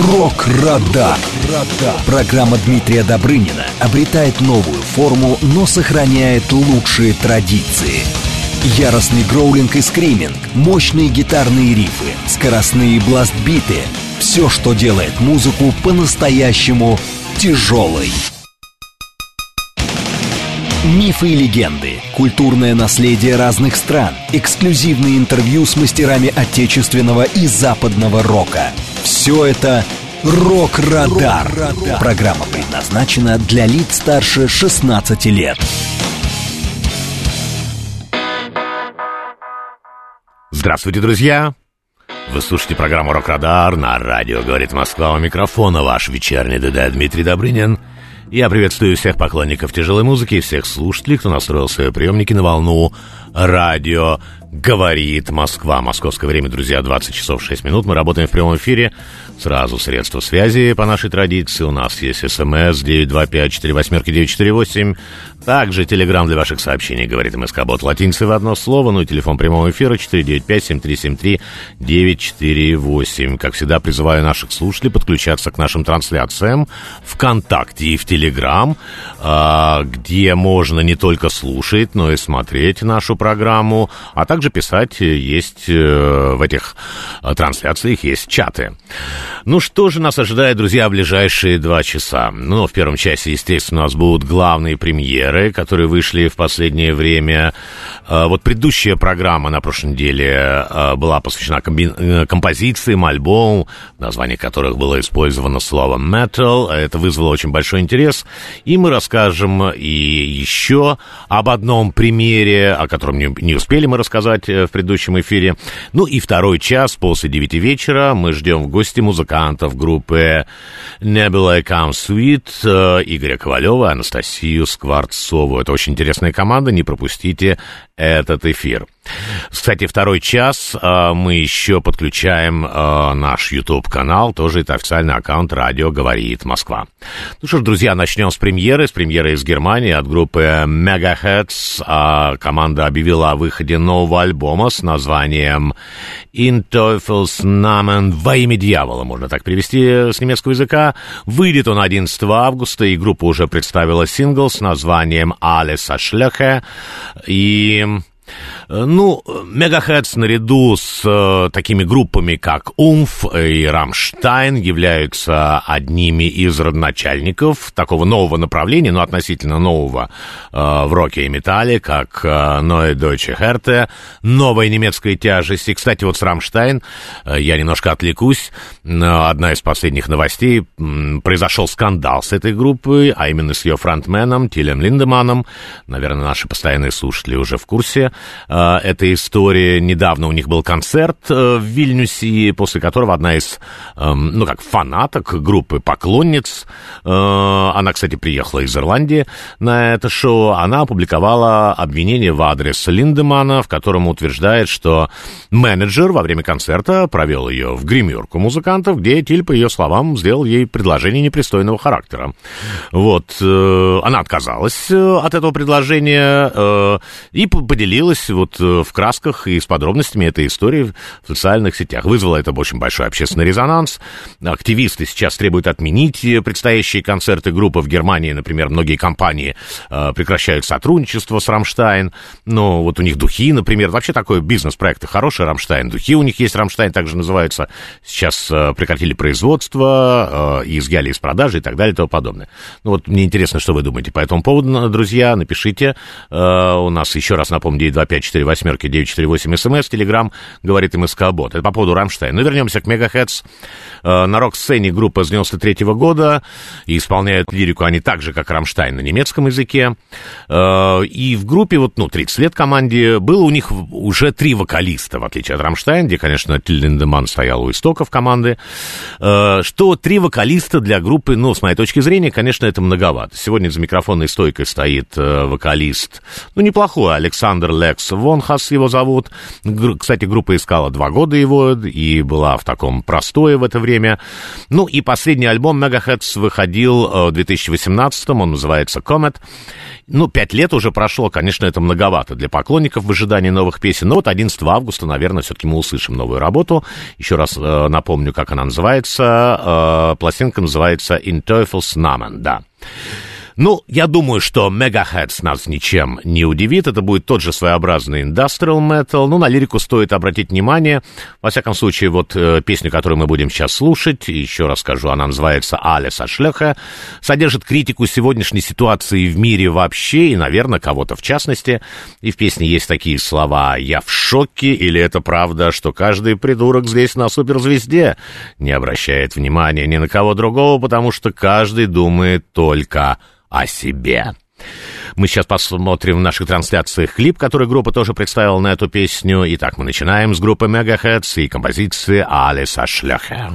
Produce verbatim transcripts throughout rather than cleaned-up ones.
Рок-Радар. Программа Дмитрия Добрынина обретает новую форму, но сохраняет лучшие традиции. Яростный гроулинг и скриминг, мощные гитарные рифы, скоростные бласт-биты — все, что делает музыку по-настоящему тяжелой. Мифы и легенды, культурное наследие разных стран, эксклюзивные интервью с мастерами отечественного и западного рока. Все это «Рок-Радар». Программа предназначена для лиц старше шестнадцати лет. Здравствуйте, друзья! Вы слушаете программу «Рок-Радар» на радио «Говорит Москва». У микрофона ваш вечерний ДД Дмитрий Добрынин. Я приветствую всех поклонников тяжелой музыки и всех слушателей, кто настроил свои приемники на волну радио «Говорит Москва». Московское время, друзья, двадцать часов шесть минут. Мы работаем в прямом эфире. Сразу средства связи по нашей традиции. У нас есть СМС девять два пять четыре восемь девять четыре восемь. Также телеграм для ваших сообщений «Говорит МСК-бот» латиницей в одно слово. Ну и телефон прямого эфира четыре девять пять семь три семь три девять четыре восемь. Как всегда, призываю наших слушателей подключаться к нашим трансляциям ВКонтакте и в Телеграм, где можно не только слушать, но и смотреть нашу программу, а также писать. Есть в этих трансляциях есть чаты. Ну что же нас ожидает, друзья, в ближайшие два часа? Ну, в первом часе, естественно, у нас будут главные премьеры, которые вышли в последнее время. Вот предыдущая программа на прошлой неделе была посвящена комби- композициям, альбомам, в названии которых было использовано слово metal. Это вызвало очень большой интерес. И мы расскажем и еще об одном примере, о котором не, не успели мы рассказать в предыдущем эфире. Ну и второй час после девяти вечера мы ждем в гости музыкантов группы Nebula Come Sweet Игоря Ковалева и Анастасию Скворцову. Это очень интересная команда, не пропустите этот эфир. Кстати, второй час э, мы еще подключаем э, наш YouTube-канал, тоже это официальный аккаунт «Радио Говорит Москва». Ну что ж, друзья, начнем с премьеры, с премьеры из Германии от группы Megaheads. Э, команда объявила о выходе нового альбома с названием «In Teufels Namen», «Во имя дьявола», можно так перевести с немецкого языка. Выйдет он одиннадцатого августа, и группа уже представила сингл с названием «Alles Ashlöche». И... Ну, Megaheads наряду с э, такими группами, как Умф и Рамштайн, являются одними из родоначальников такого нового направления, но относительно нового э, в роке и металле, как э, Neue Deutsche Härte, новая немецкая тяжесть. И, кстати, вот с Рамштайн, э, я немножко отвлекусь, э, одна из последних новостей, э, произошел скандал с этой группой, а именно с ее фронтменом Тилем Линдеманном. Наверное, наши постоянные слушатели уже в курсе этой истории. Недавно у них был концерт в Вильнюсе, после которого одна из, ну как, фанаток группы, поклонниц, она, кстати, приехала из Ирландии на это шоу, она опубликовала обвинение в адрес Линдемана, в котором утверждает, что менеджер во время концерта провел ее в гримерку музыкантов, где Тиль, по ее словам, сделал ей предложение непристойного характера. Вот. Она отказалась от этого предложения и поделилась вот в красках и с подробностями этой истории в социальных сетях. Вызвало это очень большой общественный резонанс. Активисты сейчас требуют отменить предстоящие концерты группы в Германии. Например, многие компании э, прекращают сотрудничество с Рамштайн. Ну, вот у них духи, например. Вообще такой бизнес-проект хороший, Рамштайн. Духи у них есть, Рамштайн также называются. Сейчас э, прекратили производство, э, и изъяли из продажи и так далее и тому подобное. Ну, вот мне интересно, что вы думаете по этому поводу, друзья. Напишите. Э, у нас, еще раз напомню, девять два пять четыре восемь девять четыре восемь, СМС, Телеграм, говорит МСК-бот. Это по поводу Рамштайн. Ну, вернемся к Megaheads. На рок-сцене группа с девяносто третьего года, и исполняют лирику они так же, как Рамштайн, на немецком языке. И в группе, вот, ну, тридцать лет команде, было у них уже три вокалиста, в отличие от Рамштайн, где, конечно, Тиль Линдеман стоял у истоков команды. Что три вокалиста для группы, ну, с моей точки зрения, конечно, это многовато. Сегодня за микрофонной стойкой стоит вокалист, ну, неплохой, Александр Лекс Вонхас его зовут. Кстати, группа искала два года его и была в таком простое в это время. Ну и последний альбом Megaheads выходил в две тысячи восемнадцатом, он называется Comet. Ну, пять лет уже прошло, конечно, это многовато для поклонников в ожидании новых песен. Но вот одиннадцатого августа, наверное, все-таки мы услышим новую работу. Еще раз э, напомню, как она называется. Э, пластинка называется In Teufels Namen, да. Ну, я думаю, что Megaheads нас ничем не удивит. Это будет тот же своеобразный industrial metal. Ну, на лирику стоит обратить внимание. Во всяком случае, вот э, песню, которую мы будем сейчас слушать, еще раз скажу, она называется «Alles Aschlöcher», содержит критику сегодняшней ситуации в мире вообще и, наверное, кого-то в частности. И в песне есть такие слова «Я в шоке» или «Это правда, что каждый придурок здесь на суперзвезде не обращает внимания ни на кого другого, потому что каждый думает только о себе». Мы сейчас посмотрим в наших трансляциях клип, который группа тоже представила на эту песню. Итак, мы начинаем с группы Megaheads и композиции «Alles Aschlöcher».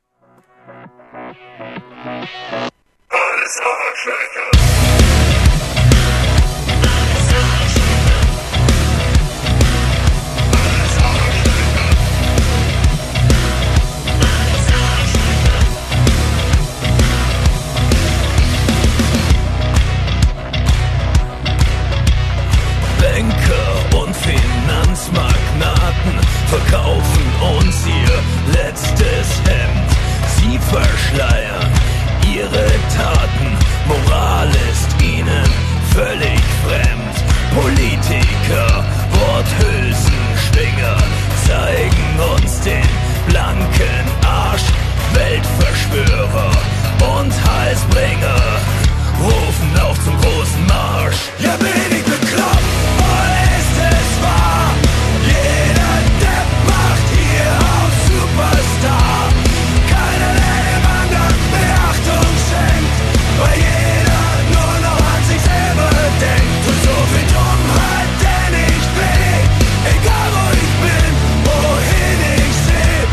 Verkaufen uns ihr letztes Hemd. Sie verschleiern ihre Taten. Moral ist ihnen völlig fremd. Politiker, Worthülsenschwinger zeigen uns den blanken Arsch. Weltverschwörer und Heilsbringer rufen auf zum großen Marsch. Ja, bin ich bekloppt oder ist es wahr? Jeder Depp macht hier auf Superstar. Keiner, der dem anderen Beachtung schenkt, weil jeder nur noch an sich selber denkt. Tut so viel Dummheit, denn ich weh, egal wo ich bin, wohin ich seh.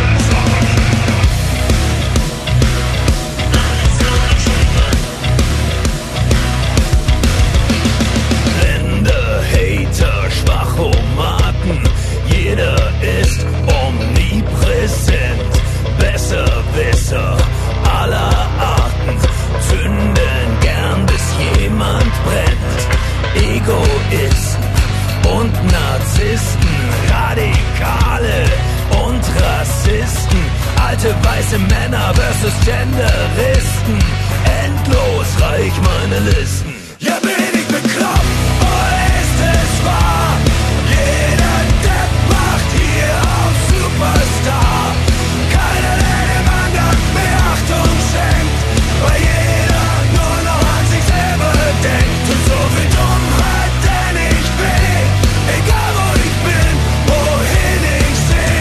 Blinde Hater, Schwachomaten, jeder ist omnipräsent. Besserwisser aller Arten zünden gern, bis jemand brennt. Egoisten und Narzissten, Radikale und Rassisten, alte weiße Männer versus Genderisten. Endlos reich meine Listen. Ja, bin ich bekloppt oder ist es wahr? Jeder Depp macht hier auf Superstar. Keiner, der dem anderen Beachtung schenkt, weil jeder nur noch an sich selber denkt. Und so viel Dummheit, denn ich weh, egal wo ich bin, wohin ich seh.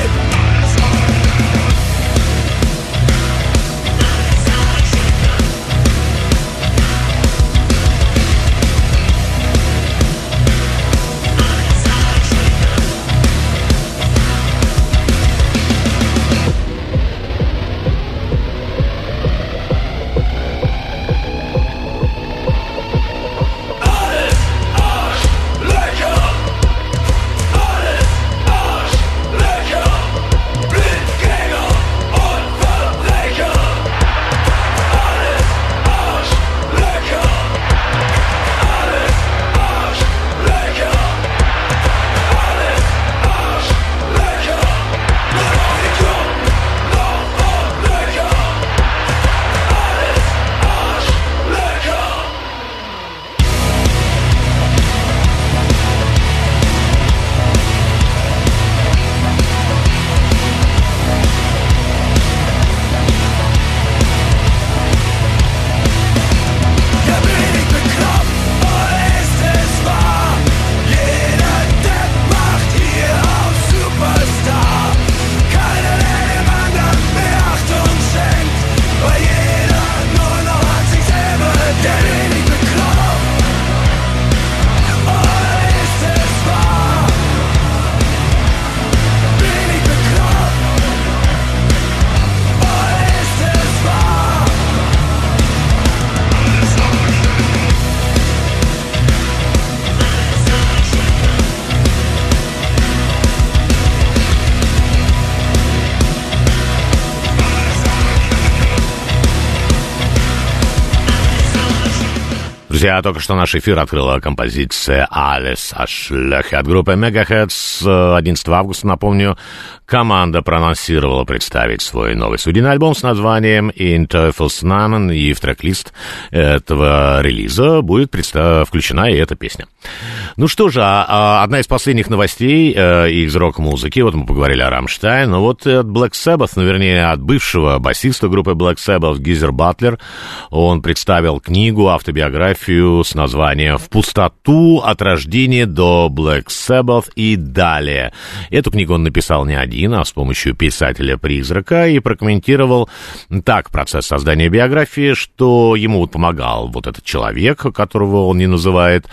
Друзья, только что наш эфир открыла композиция «Alles Ashlöch» от группы Megaheads. одиннадцатого августа, напомню, команда проанонсировала представить свой новый студийный альбом с названием «In Teufels Namen», и в трек-лист этого релиза будет представ... включена и эта песня. Ну что же, а, одна из последних новостей э, из рок-музыки, вот мы поговорили о Рамштайн, но вот от Black Sabbath, ну, вернее, от бывшего басиста группы Black Sabbath Гизер Батлер, он представил книгу, автобиографию с названием «В пустоту от рождения до Black Sabbath и далее». Эту книгу он написал не один, а с помощью писателя-призрака, и прокомментировал так процесс создания биографии, что ему вот помогал вот этот человек, которого он не называет,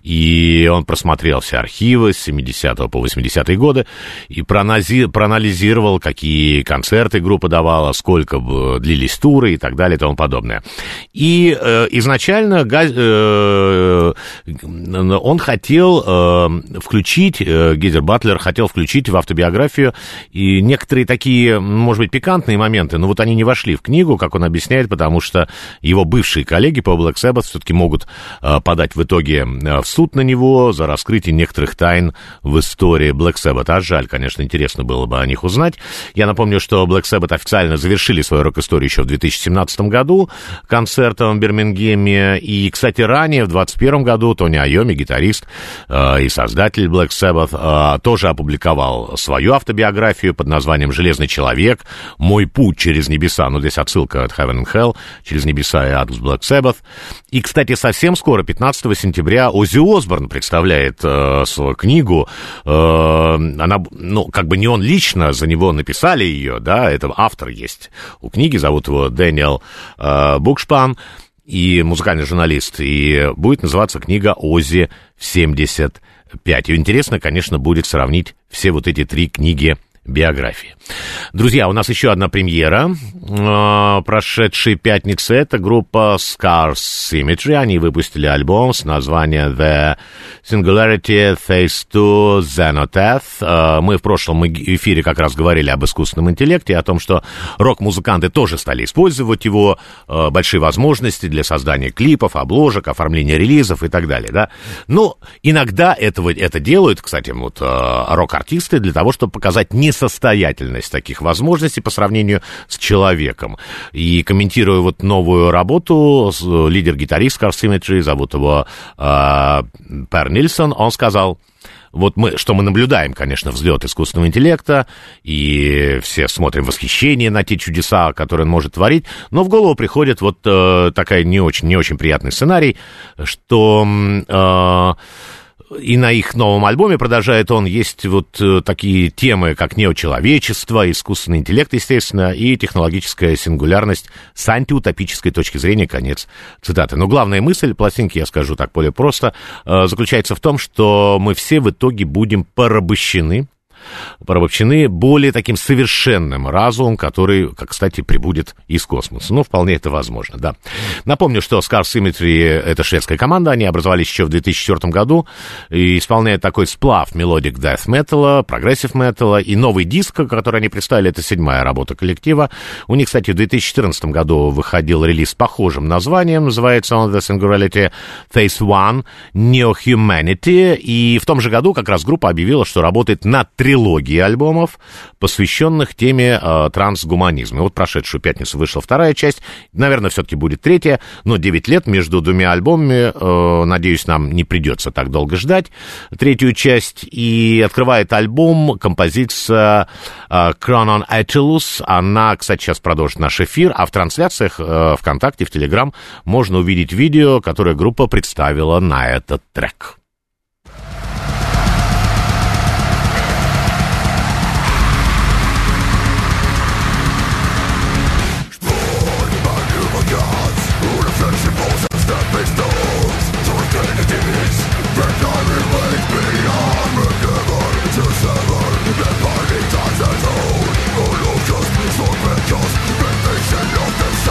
и он просмотрел все архивы с семидесятого по восьмидесятые годы и проанази- проанализировал, какие концерты группа давала, сколько длились туры и так далее и тому подобное. И э, изначально Газ, э, он хотел э, включить, э, Гизер Батлер хотел включить в автобиографию и некоторые такие, может быть, пикантные моменты, но вот они не вошли в книгу, как он объясняет, потому что его бывшие коллеги по Black Sabbath все-таки могут э, подать в итоге в суд на него за раскрытие некоторых тайн в истории Black Sabbath. А жаль, конечно, интересно было бы о них узнать. Я напомню, что Black Sabbath официально завершили свою рок-историю еще в две тысячи семнадцатом году концертом в Бирмингеме. И, кстати, ранее, в двадцать первом году, Тони Айоми, гитарист э, и создатель Black Sabbath, э, тоже опубликовал свою автобиографию под названием «Железный человек. Мой путь через небеса». Ну, здесь отсылка от Heaven and Hell, через небеса и ад с Black Sabbath. И, кстати, совсем скоро, пятнадцатого сентября, Оззи Осборн представляет э, свою книгу. Э, она, ну, как бы не он лично, за него написали ее, да, это автор есть у книги, зовут его Дэниел э, Букшпан, и музыкальный журналист, и будет называться книга «Оззи в семьдесят пять». И интересно, конечно, будет сравнить все вот эти три книги биографии. Друзья, у нас еще одна премьера э, прошедшей пятницы. Это группа Scars Symmetry. Они выпустили альбом с названием The Singularity Phase two Xenoteth. Э, мы в прошлом эфире как раз говорили об искусственном интеллекте, о том, что рок-музыканты тоже стали использовать его, э, большие возможности для создания клипов, обложек, оформления релизов и так далее. Да? Но иногда этого, это делают, кстати, вот, э, рок-артисты для того, чтобы показать не состоятельность таких возможностей по сравнению с человеком. И комментируя вот новую работу, лидер-гитарист Scars Symmetry, зовут его э, Пер Нильсон, он сказал: вот мы, что мы наблюдаем, конечно, взлет искусственного интеллекта, и все смотрим в восхищение на те чудеса, которые он может творить, но в голову приходит вот э, такой не очень, не очень приятный сценарий, что... Э, И на их новом альбоме, продолжает он, есть вот э, такие темы, как неочеловечество, искусственный интеллект, естественно, и технологическая сингулярность с антиутопической точки зрения, конец цитаты. Но главная мысль пластинки, я скажу так более просто, э, заключается в том, что мы все в итоге будем порабощены, порабощены более таким совершенным разумом, который, как, кстати, прибудет из космоса. Ну, вполне это возможно, да. Напомню, что Scars Symmetry — это шведская команда, они образовались еще в две тысячи четвёртом году и исполняют такой сплав мелодик death metal, прогрессив metal, и новый диск, который они представили, это седьмая работа коллектива. У них, кстати, в две тысячи четырнадцатом году выходил релиз с похожим названием, называется он The Singularity Phase one Neo Humanity, и в том же году как раз группа объявила, что работает над трилогии альбомов, посвященных теме э, трансгуманизма. И вот прошедшую пятницу вышла вторая часть, наверное, все-таки будет третья, но девять лет между двумя альбомами, э, надеюсь, нам не придется так долго ждать третью часть. И открывает альбом композиция э, Chronon Attilus. Она, кстати, сейчас продолжит наш эфир, а в трансляциях э, ВКонтакте, в Телеграм можно увидеть видео, которое группа представила на этот трек.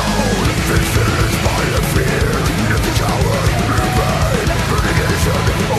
Fear, if the coward, remain, litigation,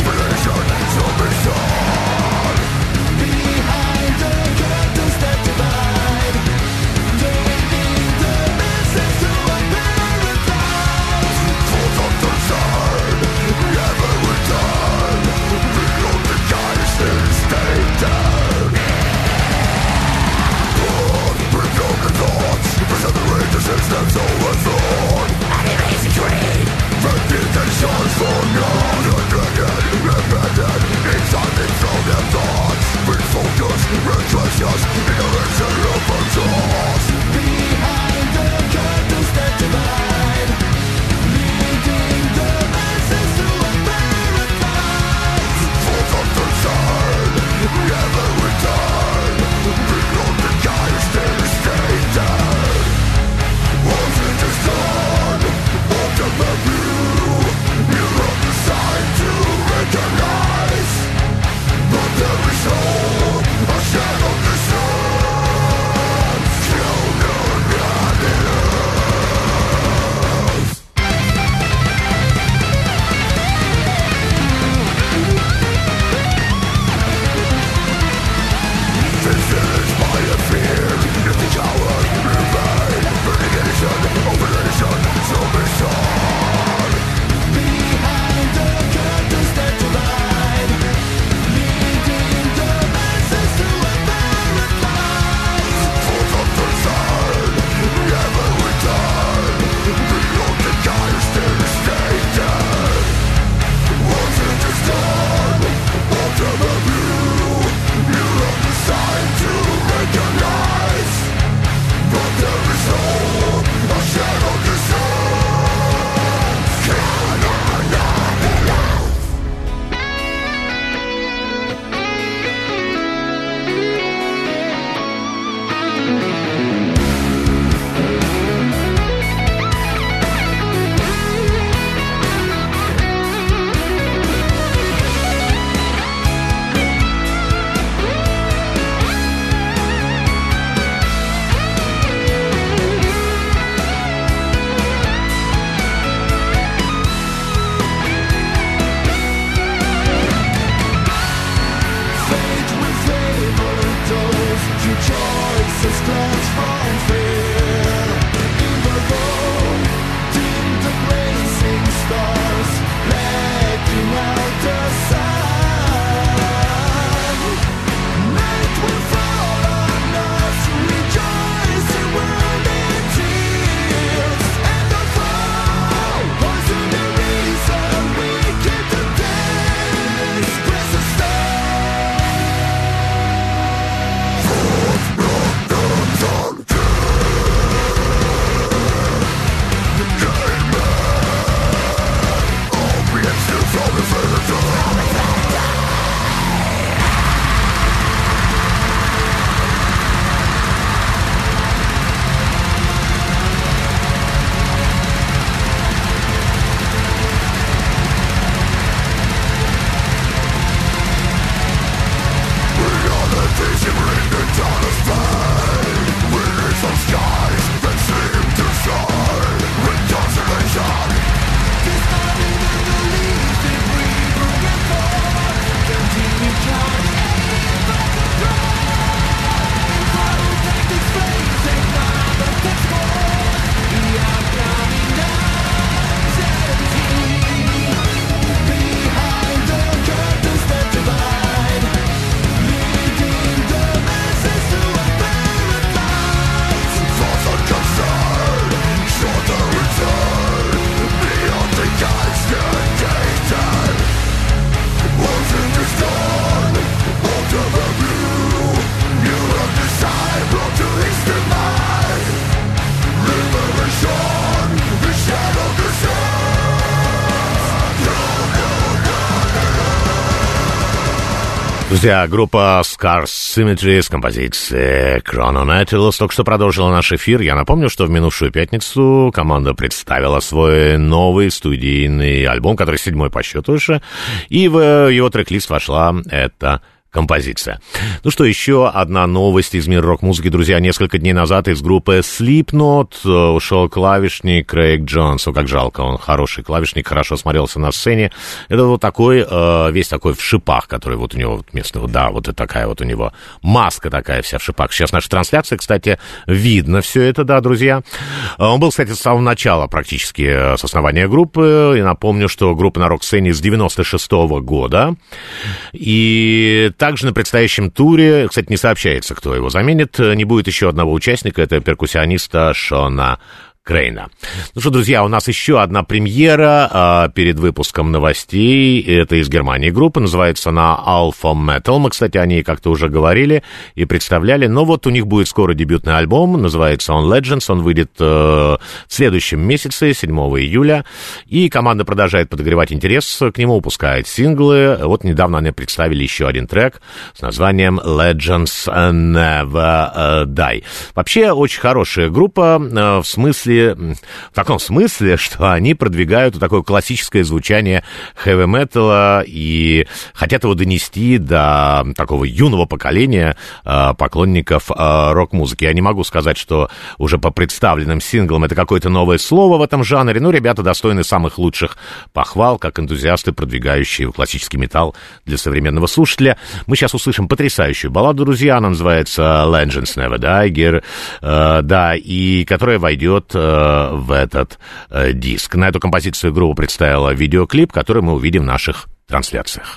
Друзья, группа Scars Symmetry с композицией Chrono Nautilus только что продолжила наш эфир. Я напомню, что в минувшую пятницу команда представила свой новый студийный альбом, который седьмой по счету уже, и в его трек-лист вошла эта композиция. Ну что, еще одна новость из мира рок-музыки, друзья. Несколько дней назад из группы Slipknot ушел клавишник Крейг Джонс. О, как жалко, он хороший клавишник, хорошо смотрелся на сцене. Это вот такой, э, весь такой в шипах, который вот у него вот местный, да, вот это такая вот у него маска такая вся в шипах. Сейчас наша трансляция, кстати, видно все это, да, друзья. Он был, кстати, с самого начала практически с основания группы. И напомню, что группа на рок-сцене с девяносто шестого года. И также на предстоящем туре, кстати, не сообщается, кто его заменит, не будет еще одного участника, это перкуссиониста Шона Крейна. Ну что, друзья, у нас еще одна премьера а, перед выпуском новостей. Это из Германии группа, называется она Alpha Metal. Мы, кстати, о ней как-то уже говорили и представляли. Но вот у них будет скоро дебютный альбом, называется он Legends. Он выйдет э, в следующем месяце, седьмого июля. И команда продолжает подогревать интерес к нему, выпускает синглы. Вот недавно они представили еще один трек с названием Legends Never Die. Вообще, очень хорошая группа э, в смысле в таком смысле, что они продвигают такое классическое звучание хэви-металла и хотят его донести до такого юного поколения э, поклонников э, рок-музыки. Я не могу сказать, что уже по представленным синглам это какое-то новое слово в этом жанре, но ребята достойны самых лучших похвал, как энтузиасты, продвигающие классический металл для современного слушателя. Мы сейчас услышим потрясающую балладу, друзья, она называется Legends Never Die, э, да, и которая войдет в этот э, диск. На эту композицию группа представила видеоклип, который мы увидим в наших трансляциях.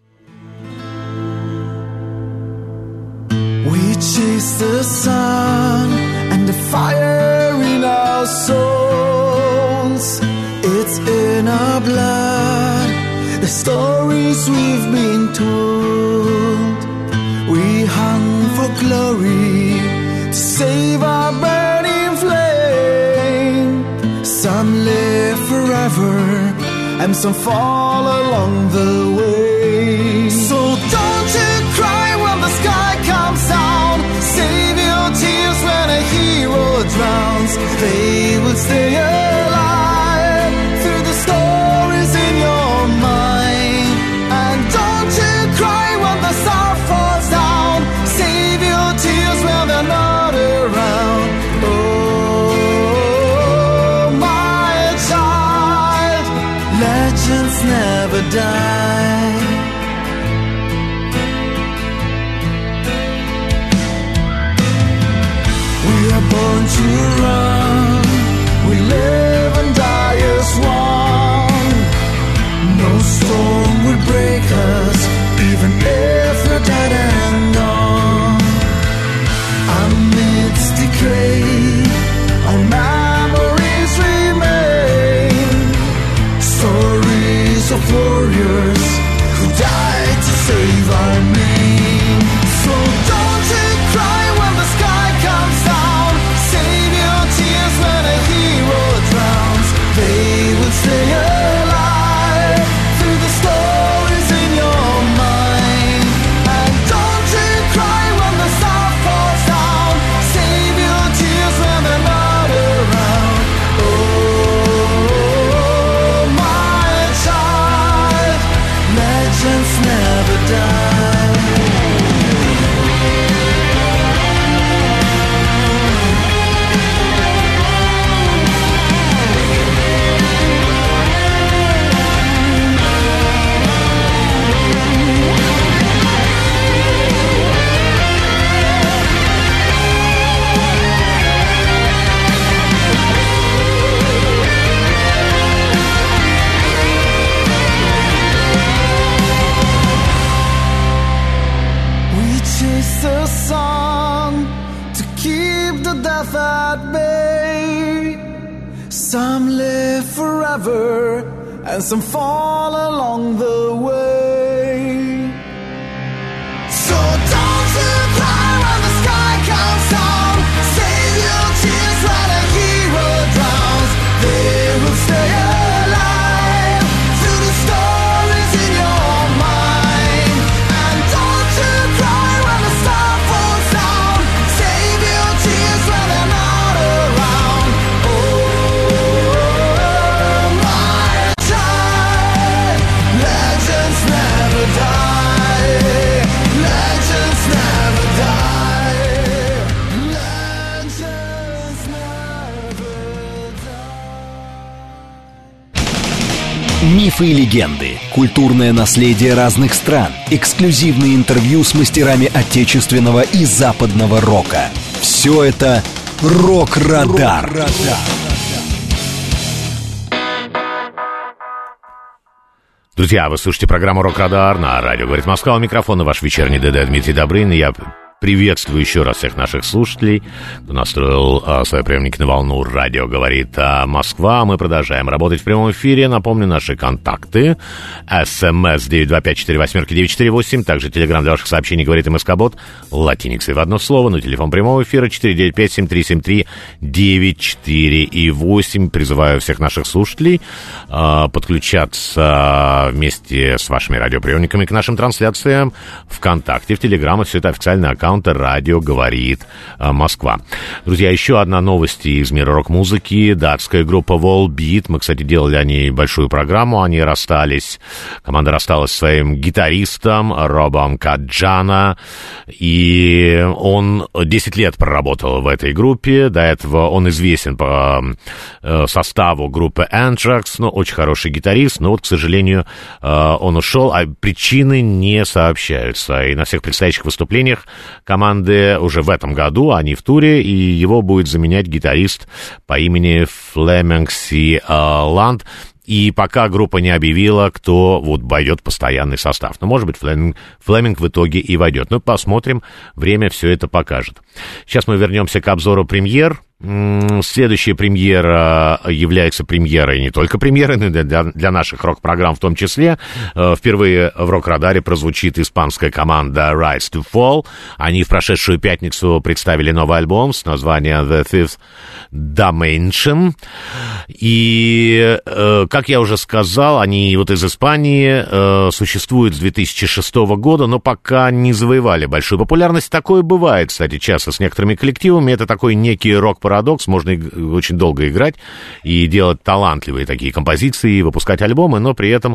We chase the sun and the fire in our souls. It's in our blood, the stories we've been told. We hunt for glory to save our burning flame. Some live forever and some fall along the way. So don't you cry when the sky comes down. Save your tears when a hero drowns. They will stay alive through the stories in your mind. And don't you cry when the star falls down. Save your tears when they're not around. Legends never die. We are born to run. We live and die as one. No storm will break us, even if we're dead and gone. Amidst decay, our memories remain. Stories of warriors who died to save our name. So don't you cry when the sky comes down. Save your tears when a hero drowns. They will stay alive through the stories in your mind. And don't you cry when the star falls down. Save your tears when they're not around. Oh, legends never die. The sun to keep the death at bay. Some live forever and some fall along the way. So don't you cry when the sky comes down. Save your tears when a hero drowns. They will stay alive through the stories in your mind. And don't Мифы и легенды, культурное наследие разных стран, эксклюзивные интервью с мастерами отечественного и западного рока. Все это «Рок-Радар». Друзья, вы слушаете программу «Рок-Радар» на радио «Говорит Москва». У микрофона ваш вечерний ДД Дмитрий Добрынин. Я приветствую еще раз всех наших слушателей, кто настроил а, свои приемники на волну. Радио «Говорит а, Москва». Мы продолжаем работать в прямом эфире. Напомню, наши контакты. СМС девять два пять четыре восемь девять четыре восемь. Также телеграм для ваших сообщений «Говорит МСК-бот». Латиницей в одно слово. Ну, телефон прямого эфира четыре девять пять семь три семь три девять четыре восемь. Призываю всех наших слушателей а, подключаться вместе с вашими радиоприемниками к нашим трансляциям ВКонтакте, в Телеграм. И все это официальный аккаунт «Радио говорит Москва». Друзья, еще одна новость из мира рок-музыки. Датская группа Volbeat. Мы, кстати, делали о ней большую программу. Они расстались. Команда рассталась с своим гитаристом Робом Каджана. И он десять лет проработал в этой группе. До этого он известен по составу группы Anthrax. Ну, очень хороший гитарист. Но вот, к сожалению, он ушел, а причины не сообщаются. И на всех предстоящих выступлениях команды уже в этом году, они в туре, и его будет заменять гитарист по имени Флеминг-Си Ланд. И пока группа не объявила, кто вот войдет в постоянный состав. Но, может быть, Флеминг, Флеминг в итоге и войдет. Ну, посмотрим, время все это покажет. Сейчас мы вернемся к обзору премьер. Следующая премьера является премьерой, не только премьерой, но и для, для наших рок-программ в том числе. Впервые в «Рок-Радаре» прозвучит испанская команда Rise to Fall. Они в прошедшую пятницу представили новый альбом с названием The Fifth Dimension. И, как я уже сказал, они вот из Испании существуют с две тысячи шестого года, но пока не завоевали большую популярность. Такое бывает, кстати, часто с некоторыми коллективами. Это такой некий рок-парадокс. Можно очень долго играть и делать талантливые такие композиции, выпускать альбомы, но при этом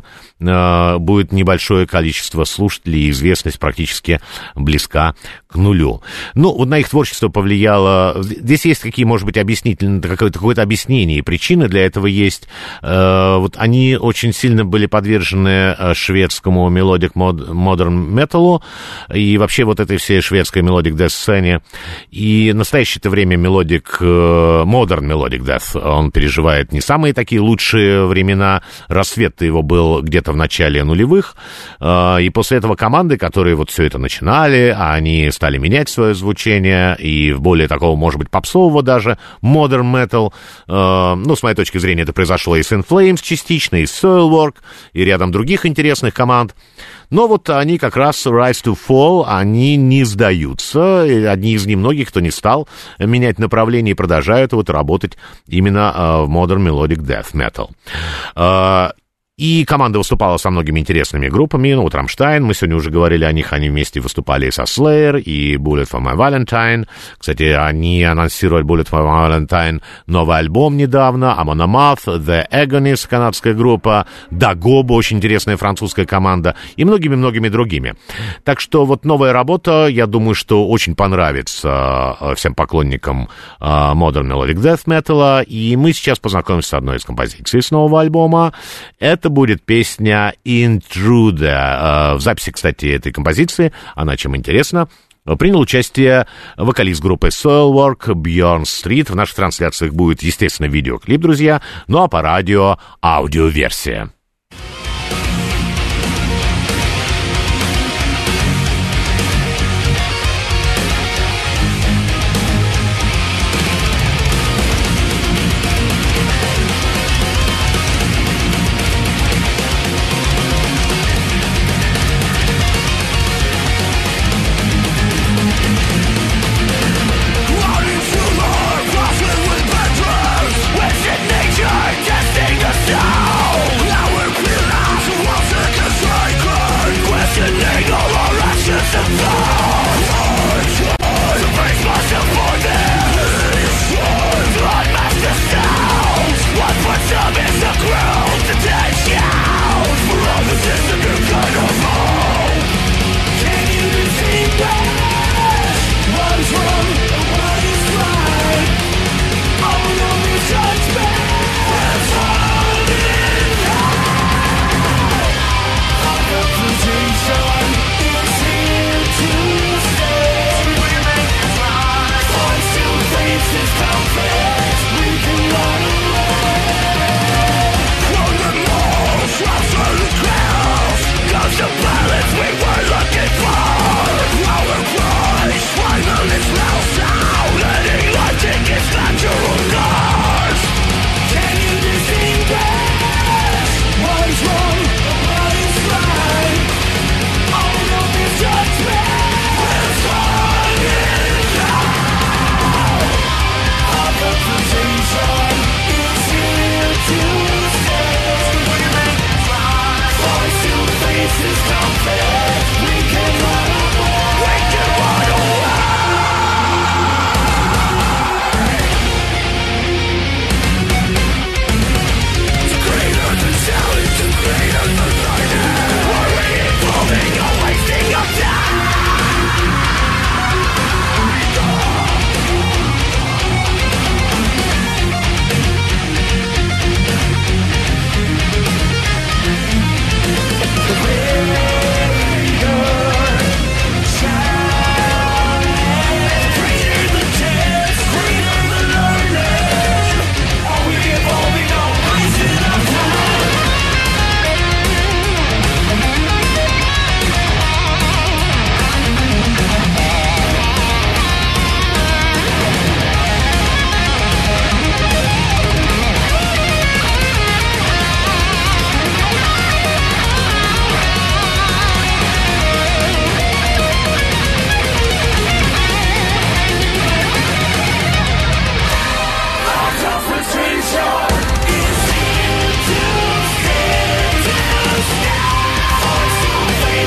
э, будет небольшое количество слушателей, и известность практически близка к нулю. Ну, вот на их творчество повлияло... Здесь есть какие, может быть, объяснительные, какое-то, какое-то объяснение и причины для этого есть. Э, вот они очень сильно были подвержены шведскому мелодик модерн металу и вообще вот этой всей шведской мелодик дэт-сцене. И в настоящее время мелодик Modern Melodic Death, он переживает не самые такие лучшие времена. Рассвет его был где-то в начале нулевых. И после этого команды, которые вот все это начинали, они стали менять свое звучение и в более такого, может быть, попсового даже Modern Metal. Ну, с моей точки зрения, это произошло и с In Flames частично, и с Soilwork, и рядом других интересных команд. Но вот они как раз, Rise to Fall, они не сдаются. Одни из немногих, кто не стал менять направление и продолжают вот работать именно uh, в Modern Melodic Death Metal. Uh, И команда выступала со многими интересными группами. Ну, вот Рамштайн, мы сегодня уже говорили о них, они вместе выступали со Slayer и Bullet for My Valentine. Кстати, они анонсировали Bullet for My Valentine новый альбом недавно, Amon Amarth, The Agonists, канадская группа, Dagoba, очень интересная французская команда, и многими-многими другими. Так что вот новая работа, я думаю, что очень понравится всем поклонникам Modern Melodic Death Metal, и мы сейчас познакомимся с одной из композиций с нового альбома. Это будет песня «Intruder». В записи, кстати, этой композиции, она чем интересна, принял участие вокалист группы Soilwork Бьорн Стрит. В наших трансляциях будет, естественно, видеоклип, друзья, ну а по радио аудиоверсия. Nature testing us down.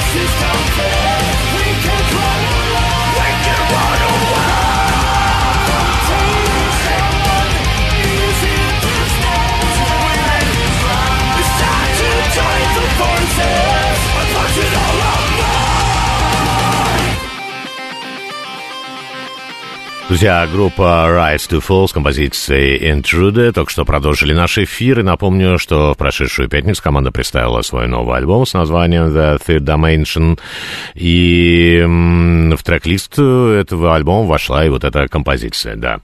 Друзья, группа Rise to Fall с композицией Intruder только что продолжили наш эфир. И напомню, что в прошедшую пятницу команда представила свой новый альбом с названием The Third Dimension. И м, в трек-лист этого альбома вошла и вот эта композиция, да.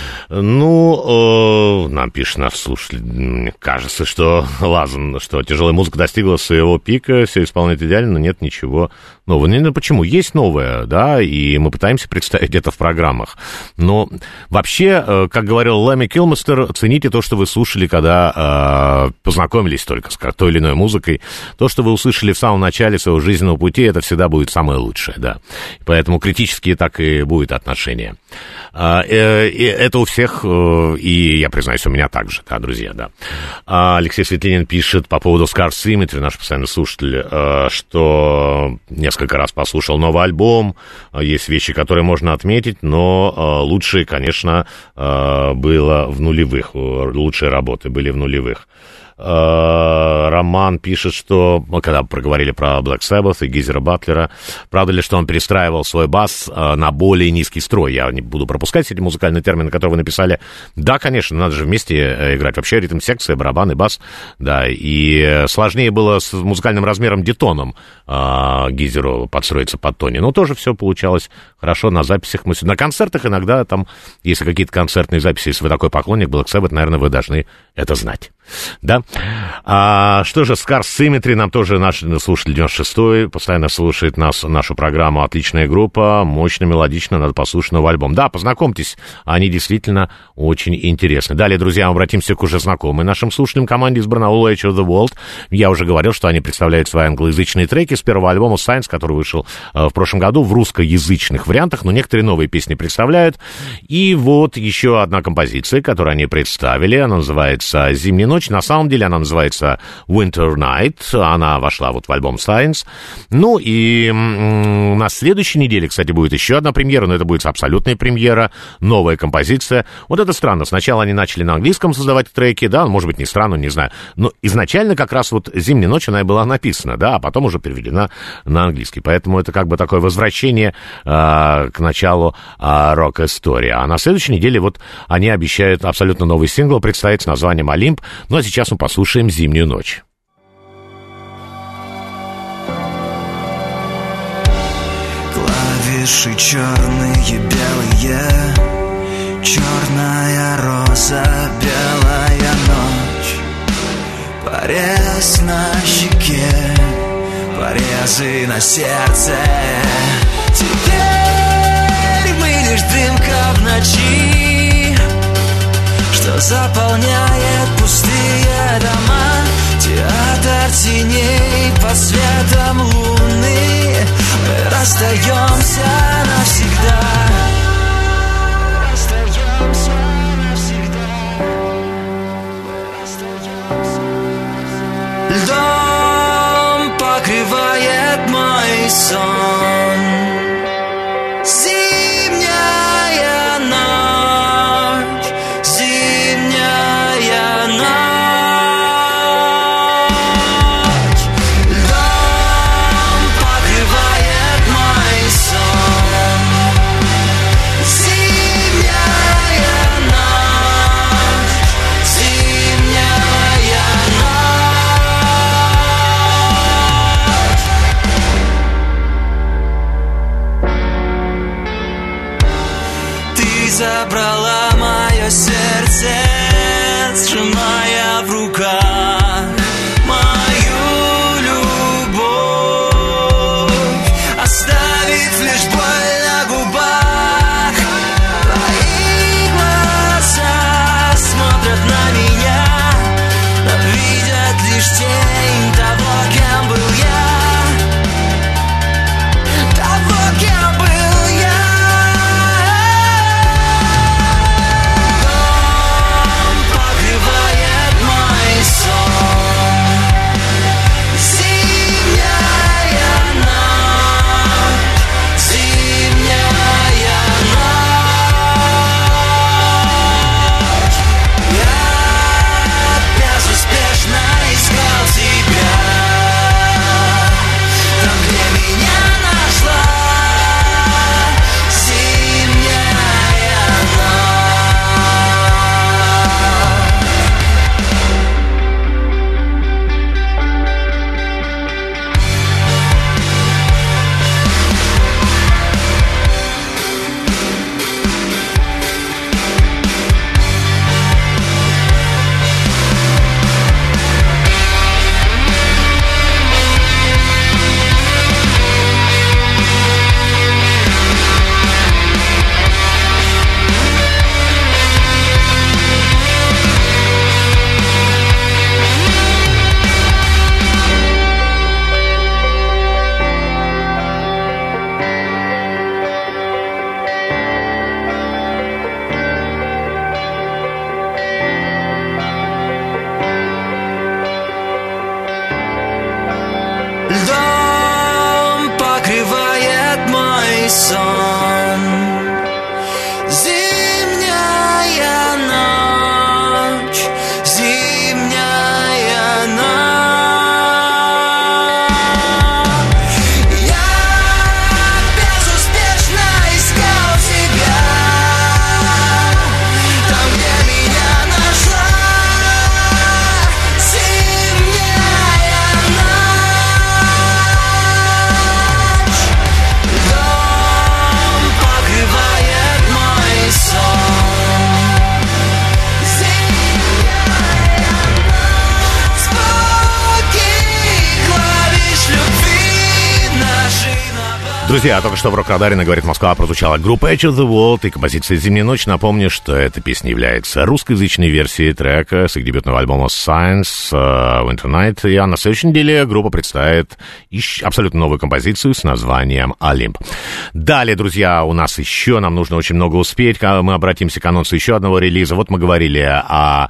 Ну, э, нам пишет наш слушатель, мне кажется, что Лазан, что тяжелая музыка достигла своего пика, все исполняет идеально, но нет ничего нового. Ну, почему? Есть новое, да, и мы пытаемся представить это в программах. Но вообще, как говорил Лэмми Килмистер, цените то, что вы слушали, когда э, познакомились только с той или иной музыкой. То, что вы услышали в самом начале своего жизненного пути, это всегда будет самое лучшее, да. Поэтому критические так и будет отношения. Э, э, это у всех, э, и я признаюсь, у меня также, да, друзья, да. Алексей Светлинин пишет по поводу Scar Symmetry, наш постоянный слушатель, э, что несколько раз послушал новый альбом, есть вещи, которые можно отметить, но лучшие, конечно, было в нулевых, лучшие работы были в нулевых. Роман пишет, что мы когда проговорили про Black Sabbath и Гизера Батлера, правда ли, что он перестраивал свой бас на более низкий строй? Я не буду пропускать эти музыкальные термины, которые вы написали. Да, конечно, надо же вместе играть. Вообще ритм-секция, барабан и бас, да, и сложнее было с музыкальным размером дитоном Гизеру подстроиться под Тони, но тоже все получалось хорошо на записях. Мы... На концертах иногда там, если какие-то концертные записи, если вы такой поклонник Black Sabbath, наверное, вы должны это знать. Да? А, что же, Scar Symmetry, нам тоже наш слушатель девяносто шестой, постоянно слушает нас, нашу программу, отличная группа, мощно, мелодично, надо послушать новый альбом. Да, познакомьтесь, они действительно очень интересны. Далее, друзья, мы обратимся к уже знакомой нашим слушателям команде из Барнаула Edge of the World. Я уже говорил, что они представляют свои англоязычные треки с первого альбома Science, который вышел э, в прошлом году в русскоязычных вариантах, но некоторые новые песни представляют. И вот еще одна композиция, которую они представили, она называется «Зимняя ночь». На самом деле она называется Winter Night, она вошла вот в альбом Science. Ну и м- на следующей неделе, кстати, будет еще одна премьера, но это будет абсолютная премьера, новая композиция. Вот это странно, сначала они начали на английском создавать треки, да, может быть, не странно, не знаю, но изначально как раз вот «Зимняя ночь» она и была написана, да, а потом уже переведена на английский, поэтому это как бы такое возвращение э, к началу э, рок-истории. А на следующей неделе вот они обещают абсолютно новый сингл представить с названием «Олимп». Ну, а сейчас мы послушаем «Зимнюю ночь». Клавиши черные, белые, черная роза, белая ночь, порез на щеке, порезы на сердце. Теперь мы лишь дымка в ночи, что заполняет пустые дома. Театр теней под светом луны. Мы расстаемся навсегда. Расстаемся навсегда. Расстаемся навсегда. Льдом покрывает мой сон. Зимняя ночь. Зимняя ночь. Забрала мое сердце, сжимая в руках мою любовь, оставив лишь боль на губах. Твои глаза смотрят на меня, но видят лишь тень того, кем был я, того, кем был я. Покрывает мой сон. сон. Зимняя ночь, зимняя ночь. Я безуспешно искал тебя там, где меня нашла. Зимняя ночь, дом покрывает мой сон. Зимняя ночь, звуки клавиш любви наши нападают. Друзья, только что в рок-радаре на «Говорит Москва» прозвучала группа Edge of the World и композиция «Зимняя ночь». Напомню, что эта песня является русскоязычной версией трека с их дебютного альбома Science uh, Winter Night. И на следующей неделе группа представит ищ- абсолютно новую композицию с названием «Олимп». Далее, друзья, у нас еще, нам нужно очень много успеть. Мы обратимся к анонсу еще одного релиза. Вот мы говорили о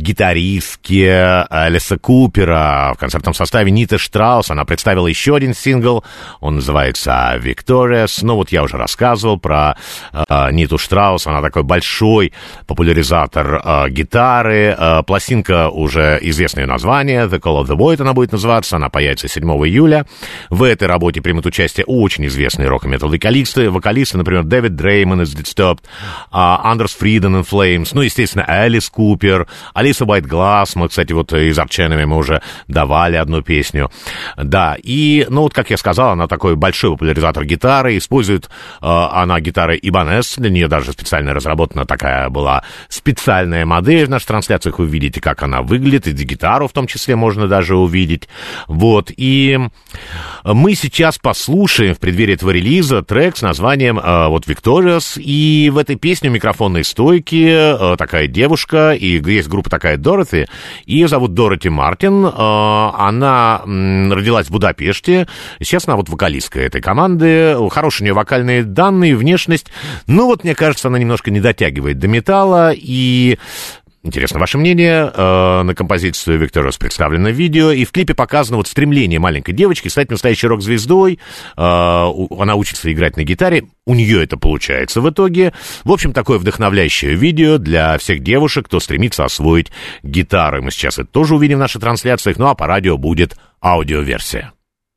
гитаристке Элиса Купера в концертном составе Ниты Штраус. Она представила еще один сингл. Он называется «Victorious». Ну, вот я уже рассказывал про э, Ниту Штраус. Она такой большой популяризатор э, гитары. Э, пластинка уже известное название. «The Call of the Void» она будет называться. Она появится седьмого июля. В этой работе примут участие очень известные рок-и-метал вокалисты. Вокалисты, например, Дэвид Дреймон из Disturbed, Андерс Фриден in Flames, ну, естественно, Элис Купер, Алиса Уайтгласс. Мы, кстати, вот из Арченами мы уже давали одну песню. Да, и, ну, вот, как я сказал, она такой большой популяризатор гитары. Использует э, она гитары Ibanez. Для нее даже специально разработана такая была специальная модель. В наших трансляциях вы видите, как она выглядит. И гитару в том числе можно даже увидеть. Вот, и мы сейчас послушаем в преддверии этого релиза трек с названием э, вот «Victorious». И в этой песне у микрофонной стойки э, такая девушка, и есть группа такая Дороти. Ее зовут Дороти Мартин. Э, она м, родилась в Будапеште. Сейчас она вот вокалистка этой команды. Хорошие у нее вокальные данные, внешность. Ну вот, мне кажется, она немножко не дотягивает до металла. И интересно ваше мнение. Э, на композицию «Victorious» представлено видео, и в клипе показано вот стремление маленькой девочки стать настоящей рок-звездой. Э, у, она учится играть на гитаре. У нее это получается в итоге. В общем, такое вдохновляющее видео для всех девушек, кто стремится освоить гитару. Мы сейчас это тоже увидим в наших трансляциях. Ну а по радио будет аудиоверсия.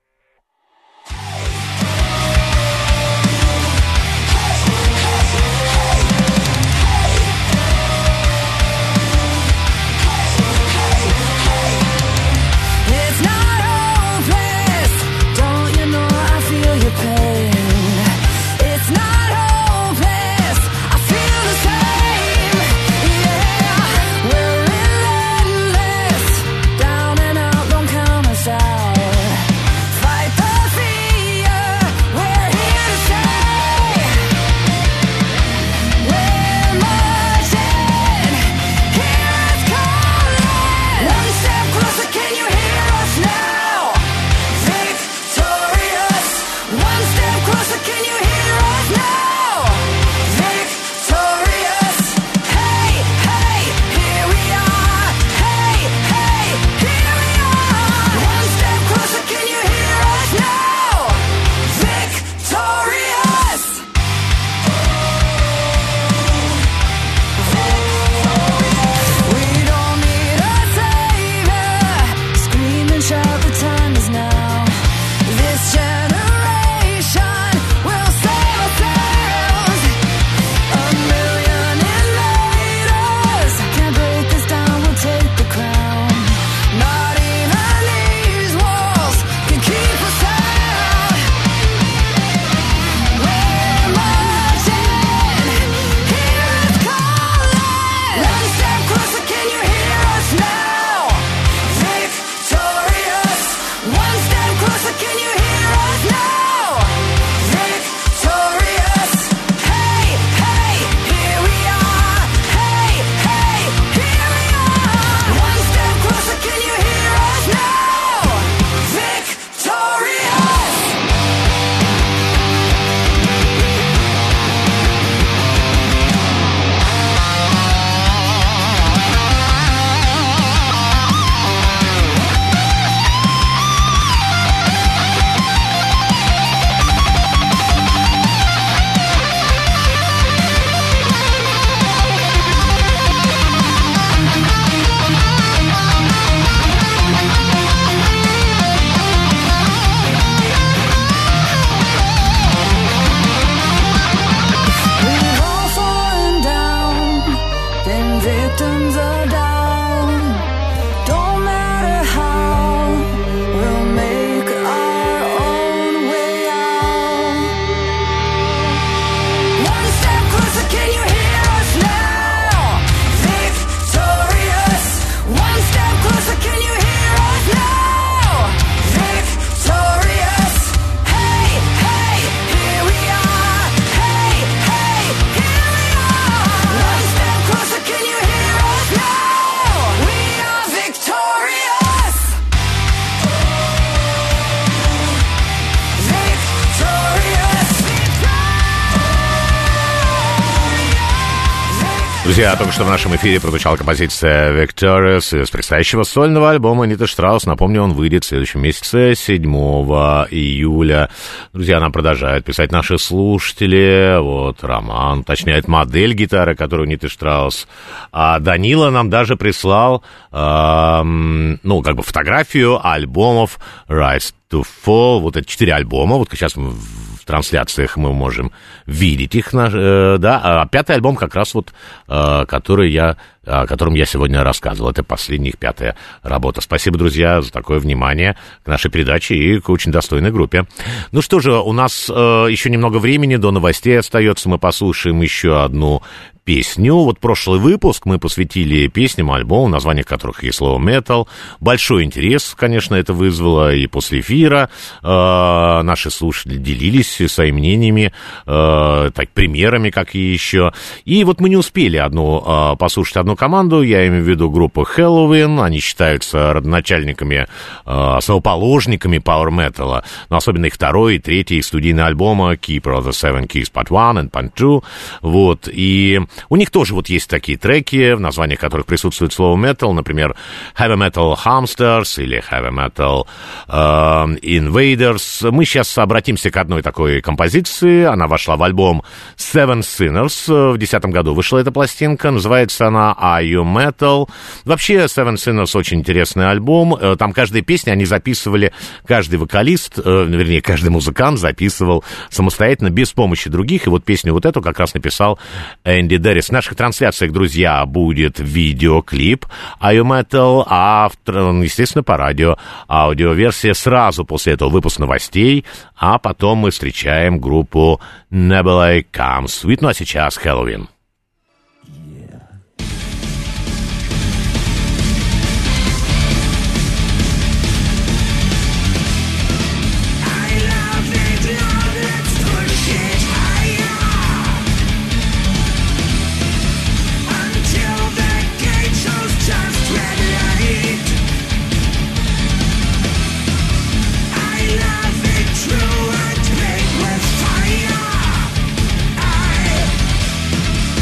It's not hopeless, don't you know I feel your pain. It's not hopeless, I feel the same. Yeah, we're relentless, down and out, don't count us out. Друзья, только что в нашем эфире прозвучала композиция Victorious из предстоящего сольного альбома Аниты Штраус. Напомню, он выйдет в следующем месяце, седьмого июля. Друзья, нам продолжают писать наши слушатели. Вот, Роман уточняет модель гитары, которую Аниты Штраус. А Данила нам даже прислал, эм, ну, как бы фотографию альбомов Rise to Fall. Вот это четыре альбома. Вот сейчас мы в трансляциях мы можем видеть их, э, да, а пятый альбом как раз вот, э, который я, о котором я сегодня рассказывал, это последняя их пятая работа. Спасибо, друзья, за такое внимание к нашей передаче и к очень достойной группе. Ну что же, у нас э, еще немного времени до новостей остается, мы послушаем еще одну песню. Вот прошлый выпуск мы посвятили песням, альбомам, названиях которых есть слово «метал». Большой интерес, конечно, это вызвало, и после эфира э, наши слушатели делились своими мнениями, э, так, примерами, как и еще. И вот мы не успели одну, э, послушать одну команду, я имею в виду группу Helloween, они считаются родоначальниками, э, основоположниками Power Metal, но особенно их второй и третий студийный альбома Keeper of the Seven Keys Part One and Part Two, вот, и у них тоже вот есть такие треки, в названиях которых присутствует слово metal, например, Heavy Metal Hamsters или Heavy Metal uh, Invaders. Мы сейчас обратимся к одной такой композиции, она вошла в альбом Seven Sinners, в две тысячи десятом году вышла эта пластинка, называется она Are You Metal? Вообще, Seven Sinners очень интересный альбом, там каждая песня они записывали, каждый вокалист, вернее, каждый музыкант записывал самостоятельно, без помощи других, и вот песню вот эту как раз написал Энди Дэрис. В наших трансляциях, друзья, будет видеоклип Are You Metal, а, естественно, по радио аудиоверсия сразу после этого выпуска новостей, а потом мы встречаем группу Nebulae Comes Sweet. Ну а сейчас Helloween. True and paid with fire. I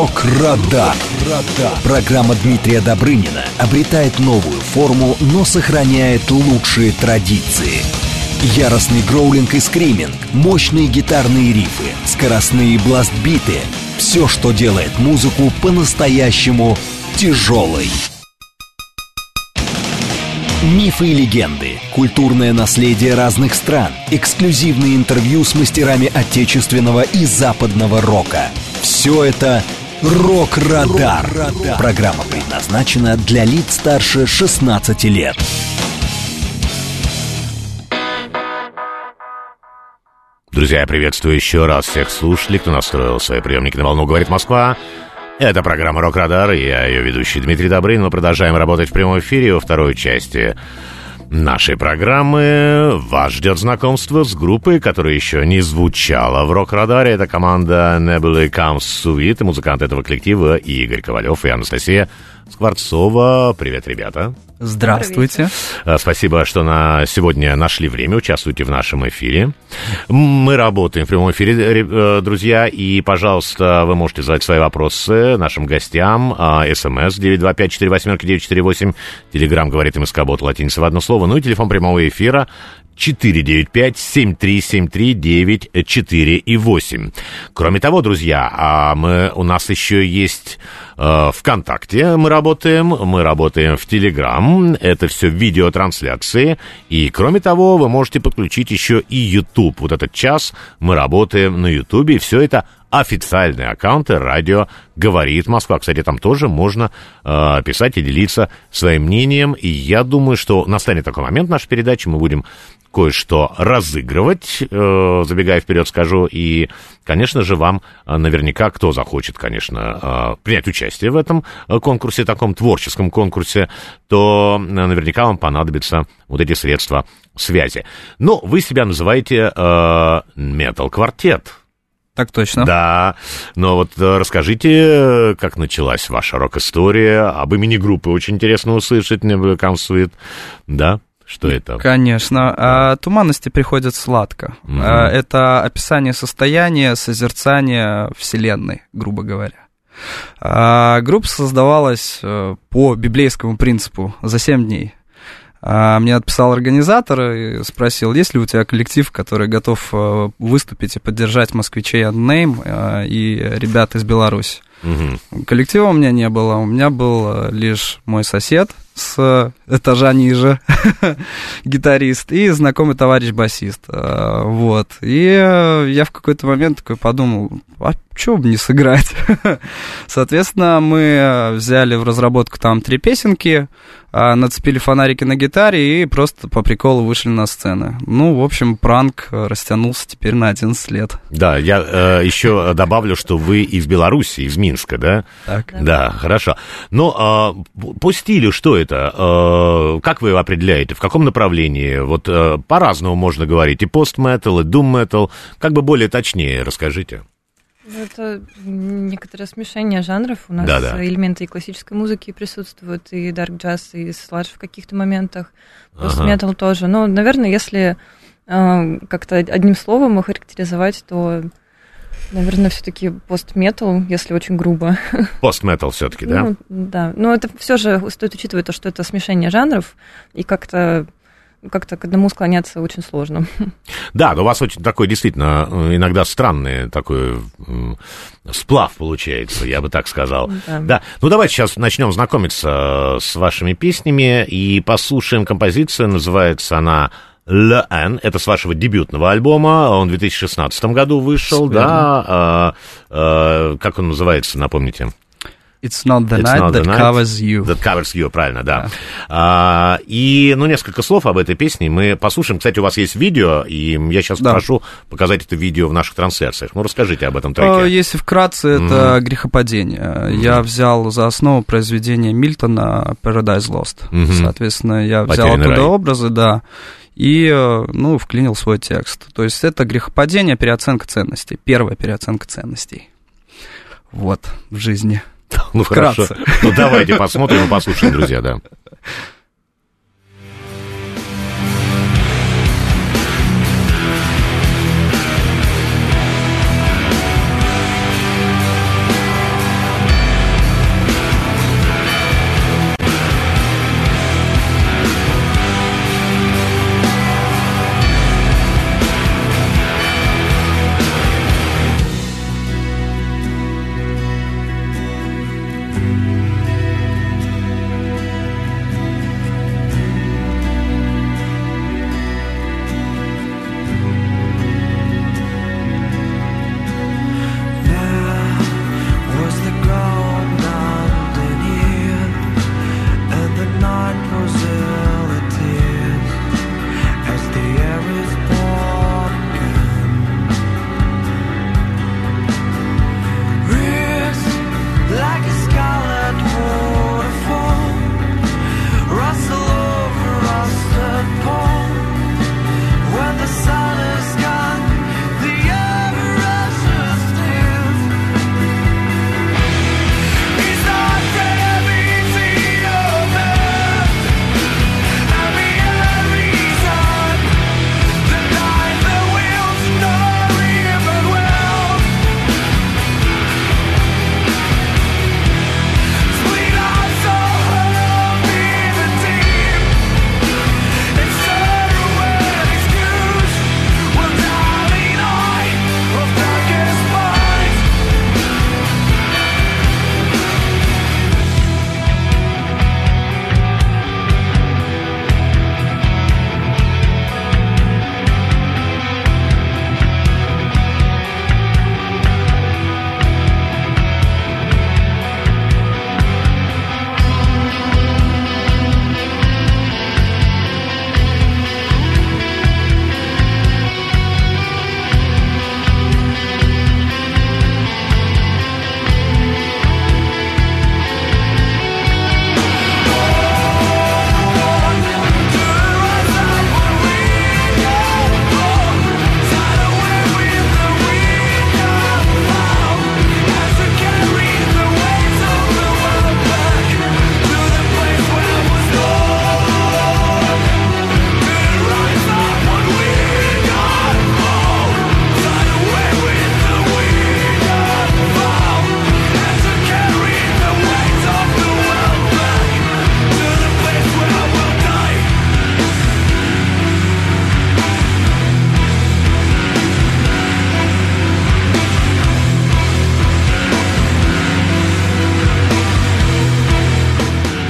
Рок-Радар. Программа Дмитрия Добрынина обретает новую форму, но сохраняет лучшие традиции. Яростный гроулинг и скриминг, мощные гитарные рифы, скоростные бластбиты — все, что делает музыку по-настоящему тяжелой. Мифы и легенды, культурное наследие разных стран, эксклюзивные интервью с мастерами отечественного и западного рока. Все это «Рок-Радар». Программа предназначена для лиц старше шестнадцати лет. Друзья, я приветствую еще раз всех слушателей, кто настроил свои приемники на волну «Говорит Москва». Это программа «Рок-Радар», и я ее ведущий Дмитрий Добрынин. Мы продолжаем работать в прямом эфире во второй части нашей программы. Вас ждет знакомство с группой, которая еще не звучала в «Рок-Радаре». Это команда Nebula Comes Suite, музыканты этого коллектива Игорь Ковалев и Анастасия Скворцова. Привет, ребята. Здравствуйте. Спасибо, что на сегодня нашли время, участвуйте в нашем эфире. Мы работаем в прямом эфире, друзья, и, пожалуйста, вы можете задать свои вопросы нашим гостям. СМС девять два пять четыре восемь девять четыре восемь, Телеграм говорит МСК-бот, латиница в одно слово, ну и телефон прямого эфира четыре девять пять семь три семь три девять четыре и восемь. Кроме того, друзья, мы, у нас еще есть э, ВКонтакте, мы работаем, мы работаем в Телеграм, это все видеотрансляции, и кроме того, вы можете подключить еще и YouTube. Вот этот час мы работаем на YouTube, и все это официальные аккаунты радио «Говорит Москва». Кстати, там тоже можно э, писать и делиться своим мнением, и я думаю, что настанет такой момент в нашей передаче, мы будем кое-что разыгрывать, э, забегая вперед скажу, и, конечно же, вам э, наверняка, кто захочет, конечно, э, принять участие в этом э, конкурсе, таком творческом конкурсе, то э, наверняка вам понадобятся вот эти средства связи. Но вы себя называете э, метал-квартет. Так точно. Да, но вот расскажите, как началась ваша рок-история, об имени группы очень интересно услышать, Nebula Comes Suite, да? Что это? Конечно. А, туманности приходят сладко. Угу. А, это описание состояния, созерцания Вселенной, грубо говоря. А, группа создавалась по библейскому принципу за семь дней. А, мне отписал организатор и спросил, есть ли у тебя коллектив, который готов выступить и поддержать москвичей Unnamed и ребят из Беларуси. Угу. Коллектива у меня не было, у меня был лишь мой сосед с этажа ниже, гитарист, и знакомый товарищ-басист, вот, и я в какой-то момент такой подумал, а чё бы не сыграть? Соответственно, мы взяли в разработку там три песенки, нацепили фонарики на гитаре и просто по приколу вышли на сцену. Ну, в общем, пранк растянулся теперь на одиннадцать лет. Да, я э, еще добавлю, что вы из Беларуси, из Минска, да? Так. Да, да, хорошо. Но э, по стилю что это? Э, как вы его определяете? В каком направлении? Вот э, по-разному можно говорить. И пост-метал, и дум-метал. Как бы более точнее расскажите. Это некоторое смешение жанров. У нас Да-да. элементы и классической музыки присутствуют, и дарк-джаз, и сладж в каких-то моментах, пост-метал ага. тоже. Но, наверное, если э, как-то одним словом охарактеризовать, то, наверное, все-таки пост-метал, если очень грубо. Пост-метал все-таки, да? Ну, да. Но это все же стоит учитывать то, что это смешение жанров, и как-то как-то к одному склоняться очень сложно. Да, но у вас очень такой действительно иногда странный такой сплав получается, я бы так сказал. Да. да. Ну, давайте сейчас начнем знакомиться с вашими песнями и послушаем композицию. Называется она «Le N». Это с вашего дебютного альбома. Он в две тысячи шестнадцатом году вышел, Сверно. да. А, а, как он называется, напомните? It's not the It's night not that the night covers you. That covers you, правильно, да. да. А, и, ну, несколько слов об этой песне мы послушаем. Кстати, у вас есть видео, и я сейчас да. прошу показать это видео в наших трансляциях. Ну, расскажите об этом треке. Если вкратце, это mm-hmm. «Грехопадение». Mm-hmm. Я взял за основу произведение Мильтона «Paradise Lost». Mm-hmm. Соответственно, я взял Потерянный оттуда рай. образы, да, и, ну, вклинил свой текст. То есть это грехопадение, переоценка ценностей. Первая переоценка ценностей. Вот, в жизни. Ну, Вкратце. хорошо. Ну, давайте посмотрим и послушаем, друзья, да.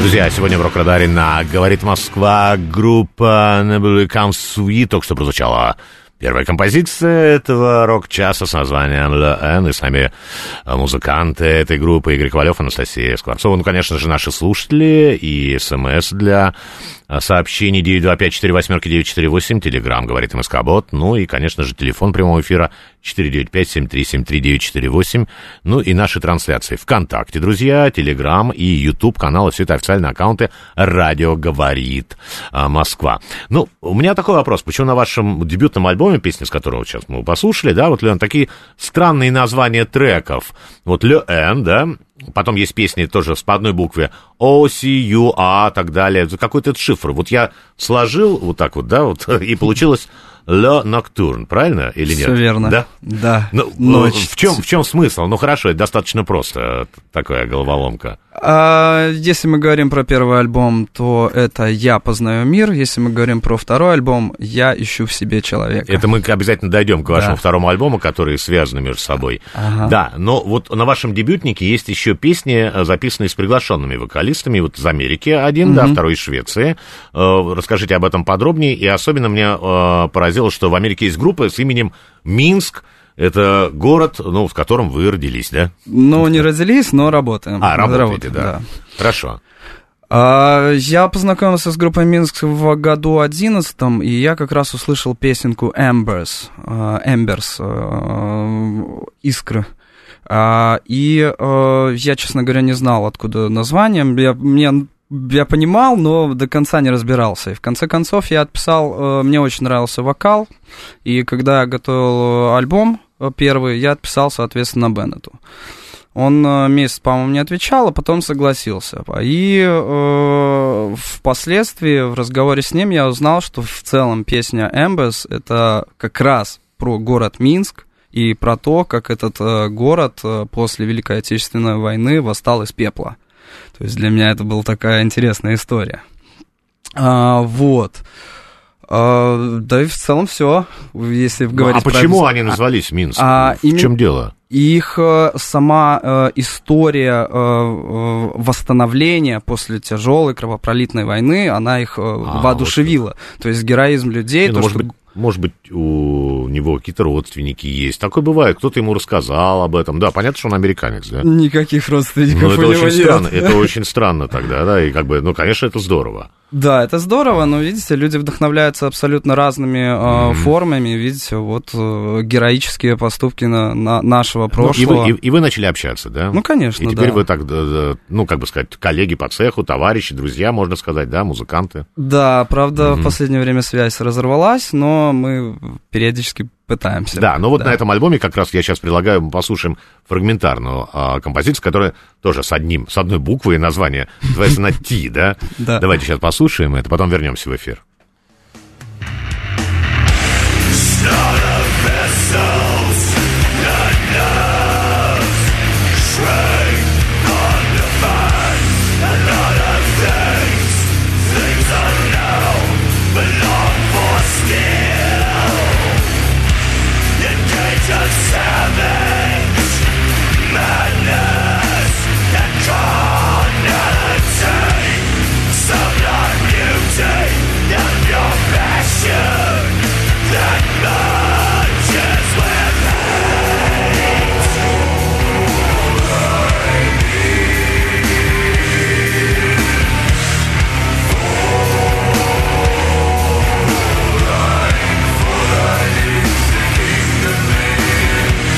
Друзья, сегодня в Рок-Радаре на «Говорит Москва» группа Nebula Comes Sweet. Только что прозвучала первая композиция этого рок-часа с названием «Le N». И с нами музыканты этой группы Игорь Ковалев, Анастасия Скворцова. Ну, конечно же, наши слушатели и СМС для сообщений девять два пять четыре восемь девять четыре восемь, Телеграм «Говорит МСК-бот», ну и, конечно же, телефон прямого эфира четыре девять пять семь три семь три девять четыре восемь, ну и наши трансляции ВКонтакте, друзья, Телеграм и Ютуб каналы, все это официальные аккаунты «Радио говорит Москва». Ну, у меня такой вопрос, почему на вашем дебютном альбоме, песня, с которого сейчас мы послушали, да, вот, Леон, такие странные названия треков, вот «Le N», да, потом есть песни тоже по одной букве O, C, U, A, так далее. Какой-то шифр. Вот я сложил вот так вот, да, вот, и получилось Le Nocturne, правильно или нет? Все верно. Да? Да. Ну, Ночь. В чем, в чем смысл? Ну, хорошо, это достаточно просто, такая головоломка. А, если мы говорим про первый альбом, то это «Я познаю мир». Если мы говорим про второй альбом, «Я ищу в себе человека». Это мы обязательно дойдем к вашему Да. второму альбому, которые связаны между собой. Ага. Да, но вот на вашем дебютнике есть еще песни, записанные с приглашенными вокалистами. Вот из Америки один, Мгм. да, второй из Швеции. Э, Расскажите об этом подробнее. И особенно меня э, поразило, что в Америке есть группа с именем Минск. Это город, ну, в котором вы родились, да? Ну, не родились, но работаем. А, работаете, Работаем, да. Хорошо. А, я познакомился с группой Минск в году одиннадцатом, и я как раз услышал песенку Embers, а, Embers, а, искры. А, и а, я, честно говоря, не знал, откуда название. Я, мне, я понимал, но до конца не разбирался. И в конце концов я отписал, а, мне очень нравился вокал, и когда я готовил альбом первый, я отписал, соответственно, Беннету. Он э, месяц, по-моему, не отвечал, а потом согласился. И э, впоследствии в разговоре с ним я узнал, что в целом песня «Embers» — это как раз про город Минск и про то, как этот э, город э, после Великой Отечественной войны восстал из пепла. То есть для меня это была такая интересная история. А, вот. А, да и в целом все, если говорить Ну, а про... почему они назвались Минск? А, в именно- чем дело? Их э, сама э, история э, э, восстановления после тяжелой кровопролитной войны, она их э, А, воодушевила. То есть героизм людей, Не, то, ну, может что... быть, может быть, у него какие-то родственники есть. Такое бывает. Кто-то ему рассказал об этом. Да, понятно, что он американец, да? Никаких родственников Ну, у это него очень нет. странно. Это очень странно тогда, да, и как бы, ну, конечно, это здорово. Да, это здорово, но, видите, люди вдохновляются абсолютно разными э, Mm-hmm. формами. Видите, вот э, героические поступки на, на нашего Ну, прошлого. и, вы, и, и вы начали общаться, да? Ну, конечно, И теперь да. вы так, да, да, ну, как бы сказать, коллеги по цеху, товарищи, друзья, можно сказать, да, музыканты. Да, правда, Мгм. в последнее время связь разорвалась, но мы периодически пытаемся. Да, но вот Да. на этом альбоме как раз я сейчас предлагаю, мы послушаем фрагментарную а, композицию, которая тоже с одним, с одной буквой название, называется на T, да? Да. Давайте сейчас послушаем это, потом вернемся в эфир. Thank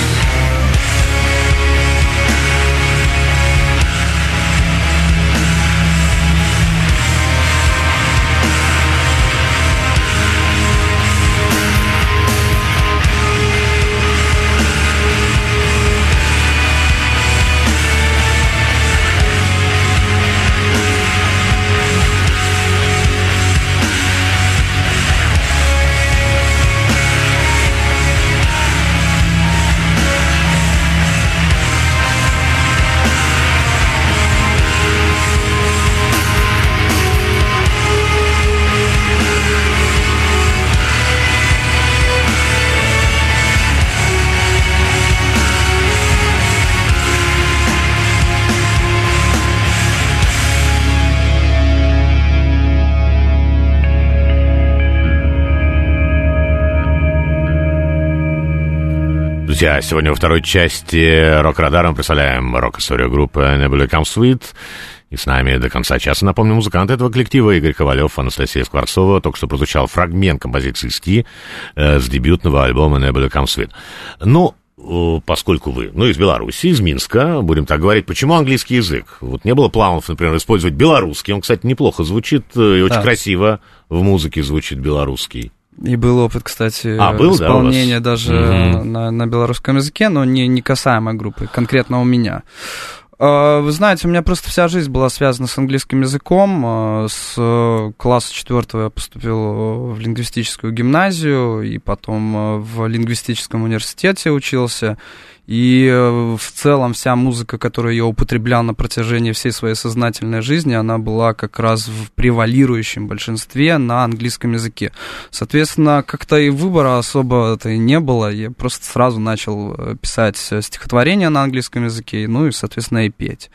Друзья, сегодня во второй части «Рок-радара» мы представляем рок-историю группы Nebula Come Sweet. И с нами до конца часа, напомню, музыканты этого коллектива Игорь Ковалев, Анастасия Скворцова. Только что прозвучал фрагмент композиции «Ски» э, с дебютного альбома Nebula Come Sweet. Ну, э, поскольку вы, ну, из Беларуси, из Минска, будем так говорить, почему английский язык? Вот не было планов, например, использовать белорусский. Он, кстати, неплохо звучит э, и очень Да. красиво в музыке звучит белорусский. И был опыт, кстати, А, был, да, исполнения у вас? даже Мгм. на, на белорусском языке, но не, не касаемо группы, конкретно у меня. А, Вы знаете, у меня просто вся жизнь была связана с английским языком. А, С э, класса четвертого я поступил в лингвистическую гимназию, и потом э, в лингвистическом университете учился. И э, в целом вся музыка, которую я употреблял на протяжении всей своей сознательной жизни, она была как раз в превалирующем большинстве на английском языке. Соответственно, как-то и выбора особо-то и не было. Я просто сразу начал э, писать стихотворения на английском языке, ну и, соответственно, и петь.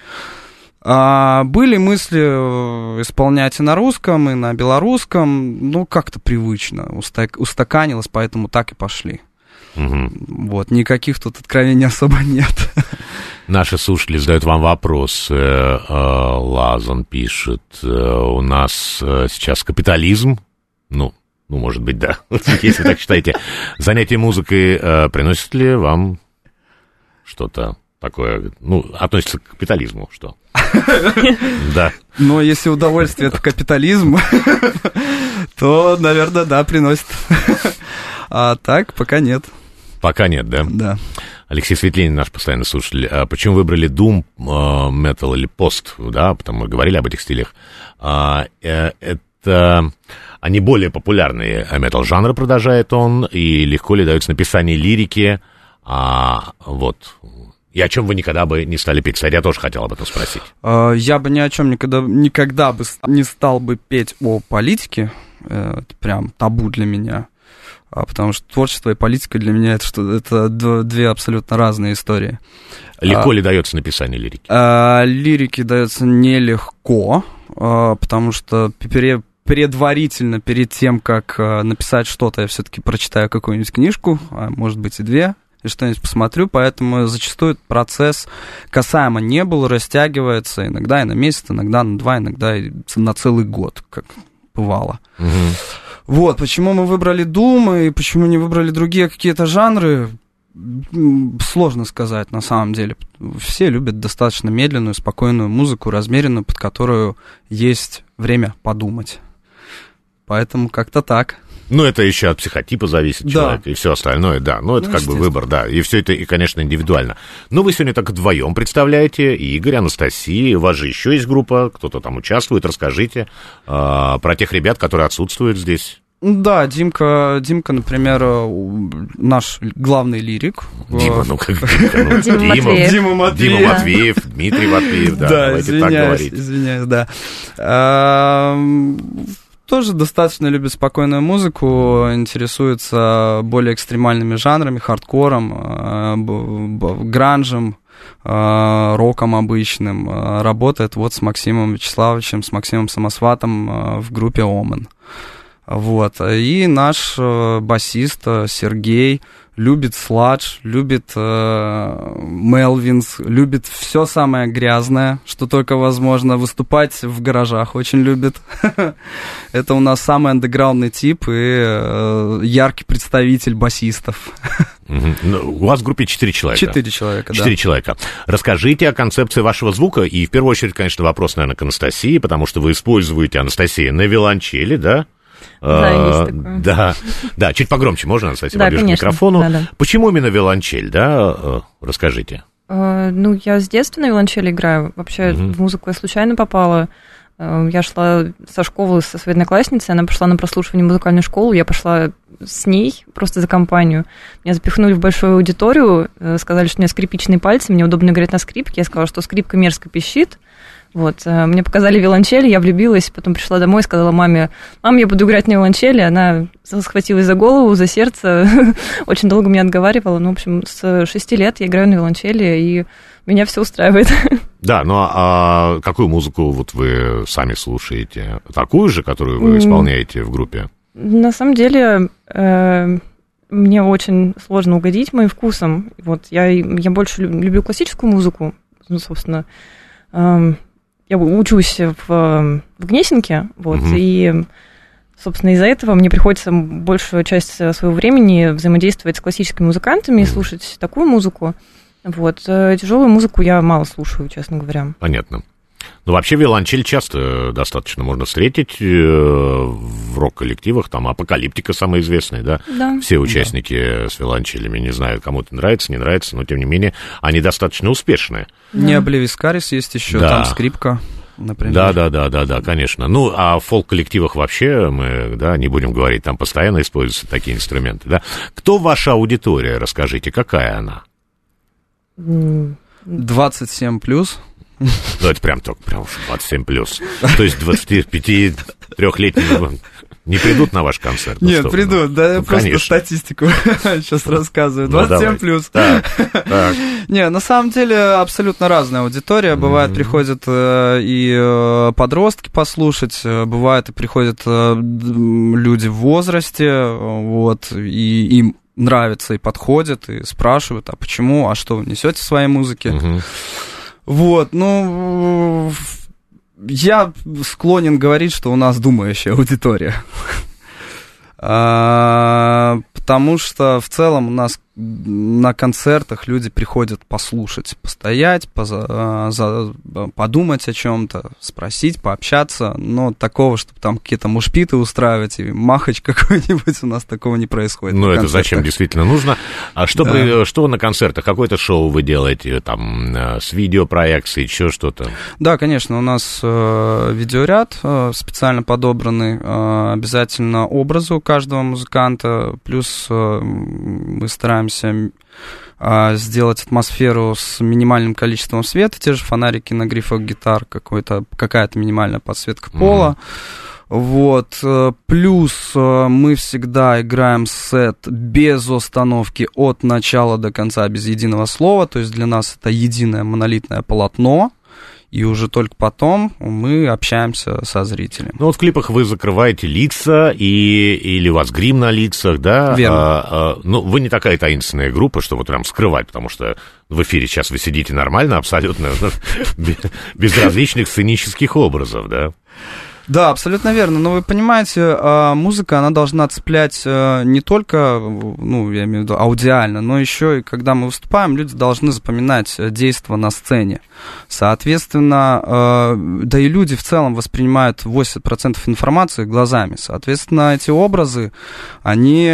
А, были мысли э, исполнять и на русском, и на белорусском, ну, как-то привычно, устак- устаканилось, поэтому так и пошли. Мгм. Вот, никаких тут откровений особо нет. Наши слушатели задают вам вопрос. Э, э, Лазан пишет, э, у нас э, сейчас капитализм, ну, ну, может быть, да, если так считаете. Занятие музыкой э, приносит ли вам что-то такое, ну, относится к капитализму, что? Да. Но если удовольствие — это капитализм, то, наверное, да, приносит. А так пока нет. Пока нет, да? Да. Алексей Светлинин, наш постоянный слушатель, а почему выбрали Doom, Metal или Post, да, потому мы говорили об этих стилях. А, э, это они более популярные метал-жанры, продолжает он, и легко ли даются написание лирики, а, вот. И о чем вы никогда бы не стали петь? Кстати, я тоже хотел об этом спросить. А, Я бы ни о чем никогда, никогда бы с- не стал бы петь о политике. Э, Это прям табу для меня. А, Потому что творчество и политика для меня это, что, это д- две абсолютно разные истории. Легко А, ли дается написание лирики? а, Лирике дается нелегко, а, потому что пере- предварительно, перед тем, как а, написать что-то, я все-таки прочитаю какую-нибудь книжку, а может быть и две, и что-нибудь посмотрю, поэтому зачастую этот процесс касаемо не был, растягивается иногда и на месяц, иногда на два, иногда и на целый год, как бывало. Мгм. Вот, почему мы выбрали Doom и почему не выбрали другие какие-то жанры, м, сложно сказать на самом деле. Все любят достаточно медленную, спокойную музыку, размеренную, под которую есть время подумать. Поэтому как-то так. Ну, это еще от психотипа зависит Да. человека и все остальное, да. Ну, это Ну, как бы естественно. выбор, да. И все это, и, конечно, индивидуально. Но вы сегодня так вдвоем представляете, и Игорь, Анастасия, у вас же еще есть группа, кто-то там участвует. Расскажите а, про тех ребят, которые отсутствуют здесь. Да, Димка, Димка, например, э, наш главный лирик. Дима, Э, ну как Димка, ну, Дима Дима, Матвеев. Дима Матвеев. Дима Матвеев, Дмитрий Матвеев, да, Да, давайте так извиняюсь, говорить. извиняюсь, да. Эм, Тоже достаточно любит спокойную музыку, интересуется более экстремальными жанрами, хардкором, э, б- б- гранжем, э, роком обычным. Э, Работает вот с Максимом Вячеславовичем, с Максимом Самосватом э, в группе Omen. Вот. И наш э, басист э, Сергей любит сладж, любит э, Мелвинс, любит все самое грязное, что только возможно. Выступать в гаражах очень любит. Это у нас самый андеграундный тип и э, яркий представитель басистов. Мгм. Ну, у вас в группе четыре человека. Четыре человека, да. Четыре человека. Расскажите о концепции вашего звука. И в первую очередь, конечно, вопрос, наверное, к Анастасии, потому что вы используете, Анастасия, на виолончели, да? Да, А, есть такое. Да, да, чуть погромче можно, Анастасия, Да, поближе к конечно, микрофону. да, да. Почему именно виолончель, да? Э, Расскажите. Э, Ну, я с детства на виолончели играю. Вообще Мгм. в музыку я случайно попала. Э, Я шла со школы со своей одноклассницей, она пошла на прослушивание в музыкальную школу, я пошла с ней просто за компанию. Меня запихнули в большую аудиторию, э, сказали, что у меня скрипичные пальцы, мне удобно играть на скрипке. Я сказала, что скрипка мерзко пищит. Вот, э, мне показали виолончель, я влюбилась, потом пришла домой и сказала маме: мам, я буду играть на виолончели. Она схватилась за голову, за сердце, очень долго меня отговаривала. Ну, в общем, с шести лет я играю на виолончели, и меня все устраивает. Да, ну а какую музыку вот вы сами слушаете? Такую же, которую вы М. исполняете в группе? На самом деле, э, мне очень сложно угодить моим вкусам. Вот я, я больше люблю классическую музыку, ну, собственно. Эм, я учусь в, в Гнесинке, вот, mm-hmm. и, собственно, из-за этого мне приходится большую часть своего времени взаимодействовать с классическими музыкантами и слушать такую музыку. Вот. Тяжелую музыку я мало слушаю, честно говоря. Понятно. Ну, вообще, виолончель часто достаточно можно встретить в рок-коллективах. Там Апокалиптика самая известная, да? Да. Все участники да. с виолончелями, не знаю, кому-то нравится, не нравится, но, тем не менее, они достаточно успешные. Да. Не Облевис Карис есть еще, да. там скрипка, например. Да, да, да, да, да, конечно. Ну, а в фолк-коллективах вообще мы, да, не будем говорить, там постоянно используются такие инструменты, да? Кто ваша аудитория, расскажите, какая она? двадцать семь плюс. Ну, это прям только прям двадцать семь плюс. То есть двадцатипятитрёхлетние не придут на ваш концерт? Ну, Нет, что, придут, ну, да, ну, просто конечно. статистику сейчас рассказываю. Ну, двадцать семь плюс. Так, так. Не, на самом деле абсолютно разная аудитория. Бывает, mm-hmm. приходят э, и э, подростки послушать, э, бывает, и приходят э, люди в возрасте, э, вот, и им нравится, и подходят, и спрашивают, а почему, а что вы несете в своей музыке? Mm-hmm. Вот, ну, я склонен говорить, что у нас думающая аудитория. Потому что в целом у нас на концертах люди приходят послушать, постоять, поза, за, подумать о чем-то, спросить, пообщаться, но такого, чтобы там какие-то мушпиты устраивать и махач какой-нибудь, у нас такого не происходит. Ну, это зачем действительно нужно? А что, да. при, что на концертах? Какое-то шоу вы делаете, там, с видеопроекцией, еще что-то? Да, конечно, у нас э, видеоряд э, специально подобранный, э, обязательно образу каждого музыканта, плюс э, мы стараемся сделать атмосферу с минимальным количеством света, те же фонарики на грифах гитар, какой-то, какая-то минимальная подсветка пола. Mm-hmm. Вот. Плюс мы всегда играем сет без остановки от начала до конца, без единого слова, то есть для нас это единое монолитное полотно. И уже только потом мы общаемся со зрителем. Ну вот в клипах вы закрываете лица, и, или у вас грим на лицах, да? Верно. А, а, ну, вы не такая таинственная группа, что вот прям скрывать, потому что в эфире сейчас вы сидите нормально, абсолютно без различных сценических образов, да? Да, абсолютно верно. Но вы понимаете, музыка, она должна цеплять не только, ну, я имею в виду, аудиально, но еще и когда мы выступаем, люди должны запоминать действо на сцене. Соответственно, да и люди в целом воспринимают восемьдесят процентов информации глазами. Соответственно, эти образы, они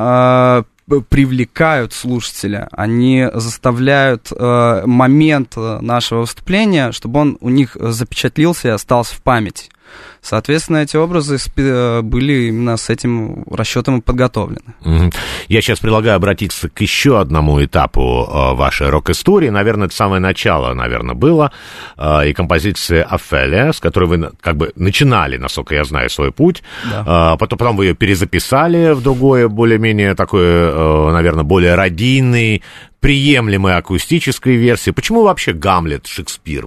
привлекают слушателя, они заставляют момент нашего выступления, чтобы он у них запечатлился и остался в памяти. Соответственно, эти образы были именно с этим расчетом подготовлены. Я сейчас предлагаю обратиться к еще одному этапу вашей рок-истории. Наверное, это самое начало, наверное, было. И композиция «Офелия», с которой вы как бы начинали, насколько я знаю, свой путь. Да. Потом, потом вы ее перезаписали в другое, более-менее такое, наверное, более родийной, приемлемой акустической версии. Почему вообще «Гамлет», Шекспир?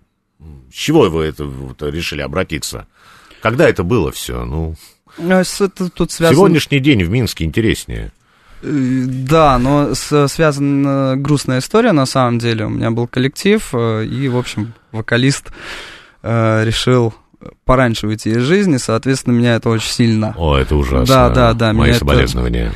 С чего вы это вот, решили обратиться? Когда это было все? Ну, это тут связано... Сегодняшний день в Минске интереснее. Да, но с, связана грустная история, на самом деле. У меня был коллектив, и, в общем, вокалист э, решил пораньше уйти из жизни, соответственно, меня это очень сильно... О, это ужасно. Да, да, да. Мои соболезнования.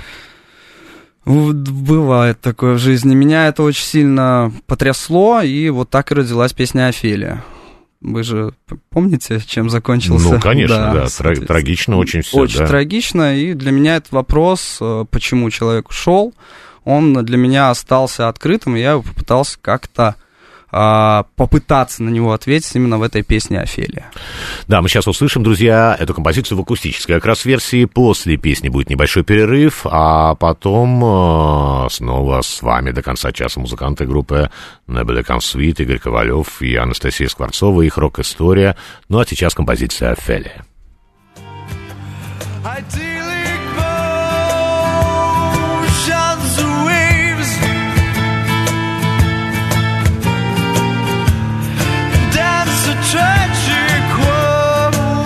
Это... Бывает такое в жизни. Меня это очень сильно потрясло, и вот так и родилась песня «Офелия». Вы же помните, чем закончился? Ну, конечно, да. да. Трагично очень все. Очень да. трагично, и для меня этот вопрос, почему человек ушел, он для меня остался открытым, и я попытался как-то а, попытаться на него ответить именно в этой песне «Офелия». Да, мы сейчас услышим, друзья, эту композицию в акустической как раз версии. После песни будет небольшой перерыв, а потом э, снова с вами до конца часа музыканты группы Nebula Come Sweet, Игорь Ковалев и Анастасия Скворцова, их рок-история. Ну а сейчас композиция «Офелия».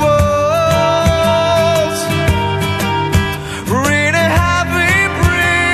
Really happy breeze.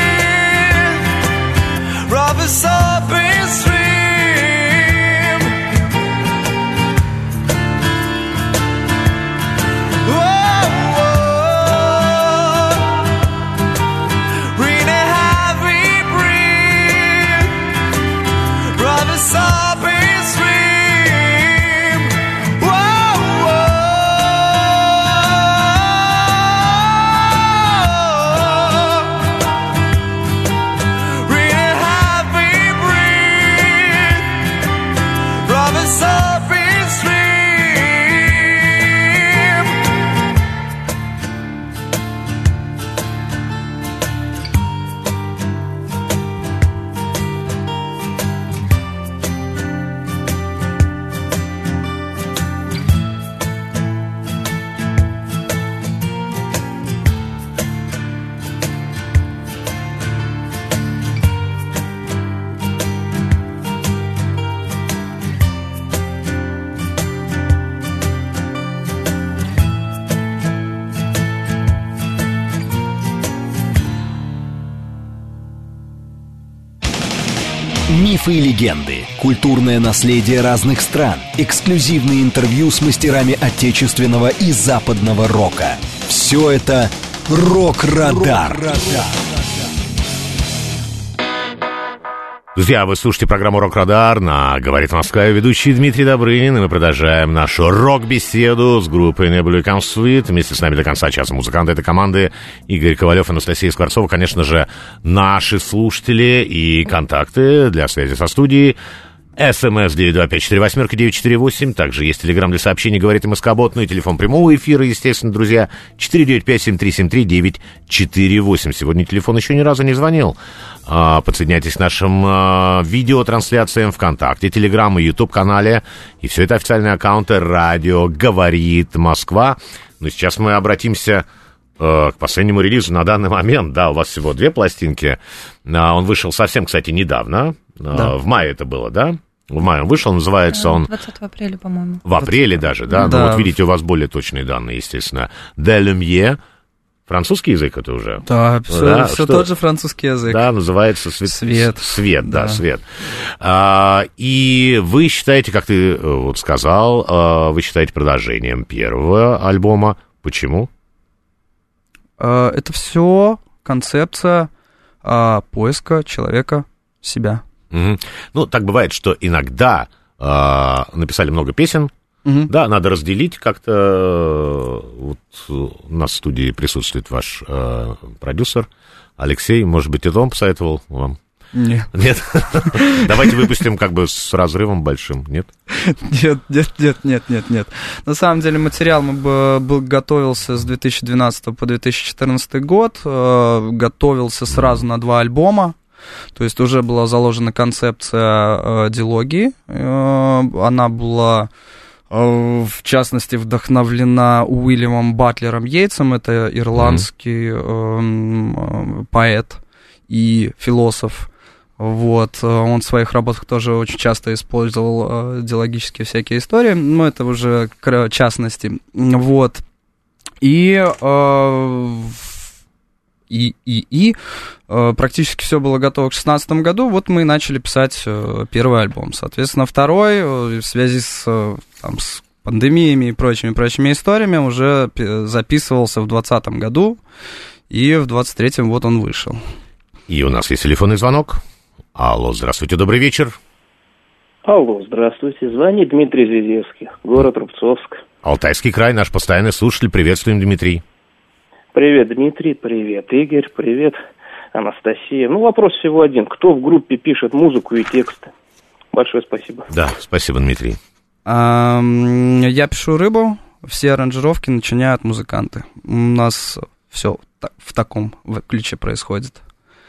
Мифы и легенды, культурное наследие разных стран, эксклюзивные интервью с мастерами отечественного и западного рока. Все это «Рок-Радар». Друзья, вы слушаете программу «Рок-Радар» на «Говорит Москва», ведущий Дмитрий Добрынин, и мы продолжаем нашу рок-беседу с группой Nebula Comes Sweet. Вместе с нами до конца часа музыканты этой команды Игорь Ковалев, Анастасия Скворцова, конечно же, наши слушатели и контакты для связи со студией. СМС девять два пять четыре восемь девять четыре восемь. Также есть телеграм для сообщений «Говорит МСК-бот», ну и телефон прямого эфира, естественно, друзья. четыре девять пять семь три семь три девять четыре восемь. Сегодня телефон еще ни разу не звонил. А, подсоединяйтесь к нашим а, видеотрансляциям ВКонтакте, Телеграм и Ютуб-канале. И все это официальные аккаунты «Радио Говорит Москва». Но сейчас мы обратимся к последнему релизу на данный момент. Да, у вас всего две пластинки. Он вышел совсем, кстати, недавно. Да. В мае это было, да? В мае он вышел, называется он... двадцатого апреля, по-моему. В апреле даже, да? Да. Ну, вот видите, у вас более точные данные, естественно. «De Lumière». Французский язык это уже? Да, все, да, все что... тот же французский язык. Да, называется свет. Свет. Свет, да, да свет. А, и вы считаете, как ты вот сказал, а, вы считаете продолжением первого альбома. Почему? Это все концепция а, поиска человека себя. Угу. Ну, так бывает, что иногда а, написали много песен, угу. да, надо разделить как-то. Вот у нас в студии присутствует ваш а, продюсер Алексей, может быть, это он посоветовал вам? Нет. Нет? Давайте выпустим как бы с разрывом большим, нет? Нет, нет, нет, нет, нет, нет. На самом деле материал мы бы, был, готовился с две тысячи двенадцатого по две тысячи четырнадцатый год, э, готовился сразу на два альбома, то есть уже была заложена концепция э, дилогии, э, она была... в частности, вдохновлена Уильямом Батлером Йейтсом, это ирландский э, поэт и философ. Вот, он в своих работах тоже очень часто использовал э, диалогические всякие истории, но это уже к частности. Вот. И, э, и, и, и э, практически все было готово к шестнадцатому году, вот мы и начали писать э, первый альбом. Соответственно, второй, э, в связи с, э, там, с пандемиями и прочими-прочими историями, уже записывался в двадцатом году, и в двадцать третьем вот он вышел. И у нас есть телефонный звонок. Алло, здравствуйте, добрый вечер. Алло, здравствуйте, звонит Дмитрий Зизевский, город Рубцовск. Алтайский край, наш постоянный слушатель, приветствуем, Дмитрий. Привет, Дмитрий, привет, Игорь, привет, Анастасия. Ну, вопрос всего один, кто в группе пишет музыку и тексты? Большое спасибо. Да, спасибо, Дмитрий. А, я пишу рыбу, все аранжировки начиняют музыканты. У нас все в таком ключе происходит.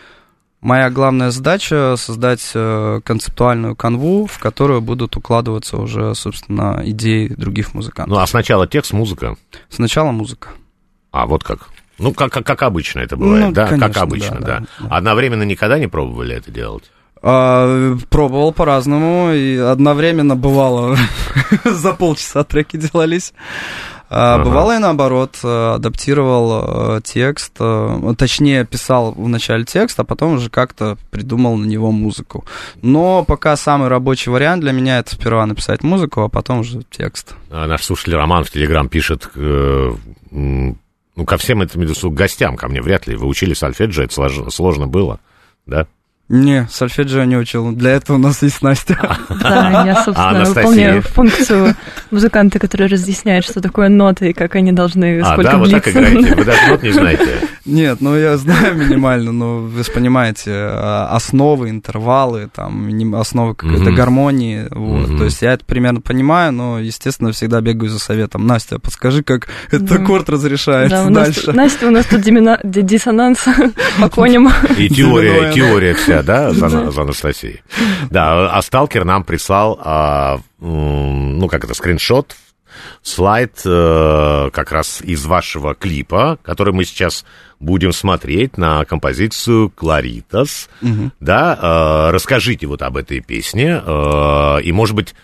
Моя главная задача — создать э, концептуальную канву, в которую будут укладываться уже, собственно, идеи других музыкантов. Ну, а сначала текст, музыка? Сначала музыка. А, вот как? Ну, как, как, как обычно это бывает, ну, да? Конечно, как обычно, да, да. да. Одновременно никогда не пробовали это делать? А, пробовал по-разному, и одновременно бывало за полчаса треки делались. Ага. Бывало и наоборот, адаптировал э, текст, э, точнее писал вначале текст, а потом уже как-то придумал на него музыку. Но пока самый рабочий вариант для меня — это сперва написать музыку, а потом уже текст. А наш слушатель Роман в Телеграм пишет, э, ну, ко всем этим гостям, ко мне вряд ли. Вы учили сольфеджио, это сложно, сложно было, да? Не, сольфеджио не учил. Для этого у нас есть Настя. Да, я, собственно, выполняю функцию музыканта, который разъясняет, что такое ноты и как они должны, сколько длиться. А, да, вы так играете, вы даже нот не знаете. Нет, ну я знаю минимально, но вы же понимаете, основы, интервалы, там, основы какой-то гармонии, вот. То есть я это примерно понимаю, но, естественно, всегда бегаю за советом. Настя, подскажи, как этот аккорд разрешается дальше. Настя, у нас тут диссонанс по коням. И теория, теория вся. Да, за, за Анастасией. Да, а Сталкер нам прислал, а, ну, как это, скриншот, слайд а, как раз из вашего клипа, который мы сейчас будем смотреть на композицию «Кларитас». Угу. Да, а, расскажите вот об этой песне, а, и, может быть,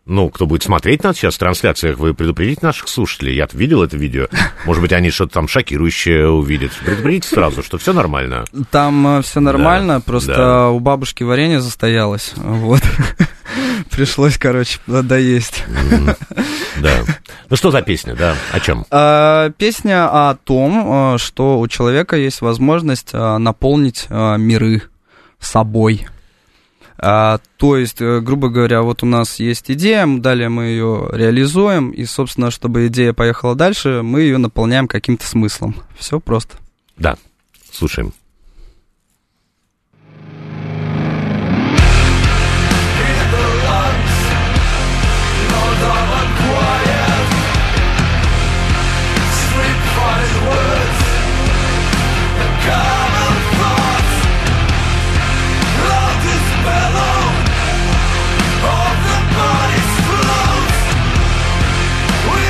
ну, кто будет смотреть нас сейчас в трансляциях, вы предупредите наших слушателей. Я видел это видео. Может быть, они что-то там шокирующее увидят. Предупредите сразу, что все нормально. Там все нормально, Да, просто да. у бабушки варенье застоялось. Вот. Пришлось, короче, доесть. Да. Ну, что за песня, да? О чем? А, Песня о том, а, что у человека есть возможность а, наполнить а, миры собой. А, то есть, э, грубо говоря, вот у нас есть идея, м, далее мы ее реализуем, и, собственно, чтобы идея поехала дальше, мы ее наполняем каким-то смыслом. Все просто. Да, слушаем.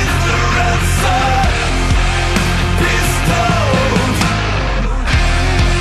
Bestowed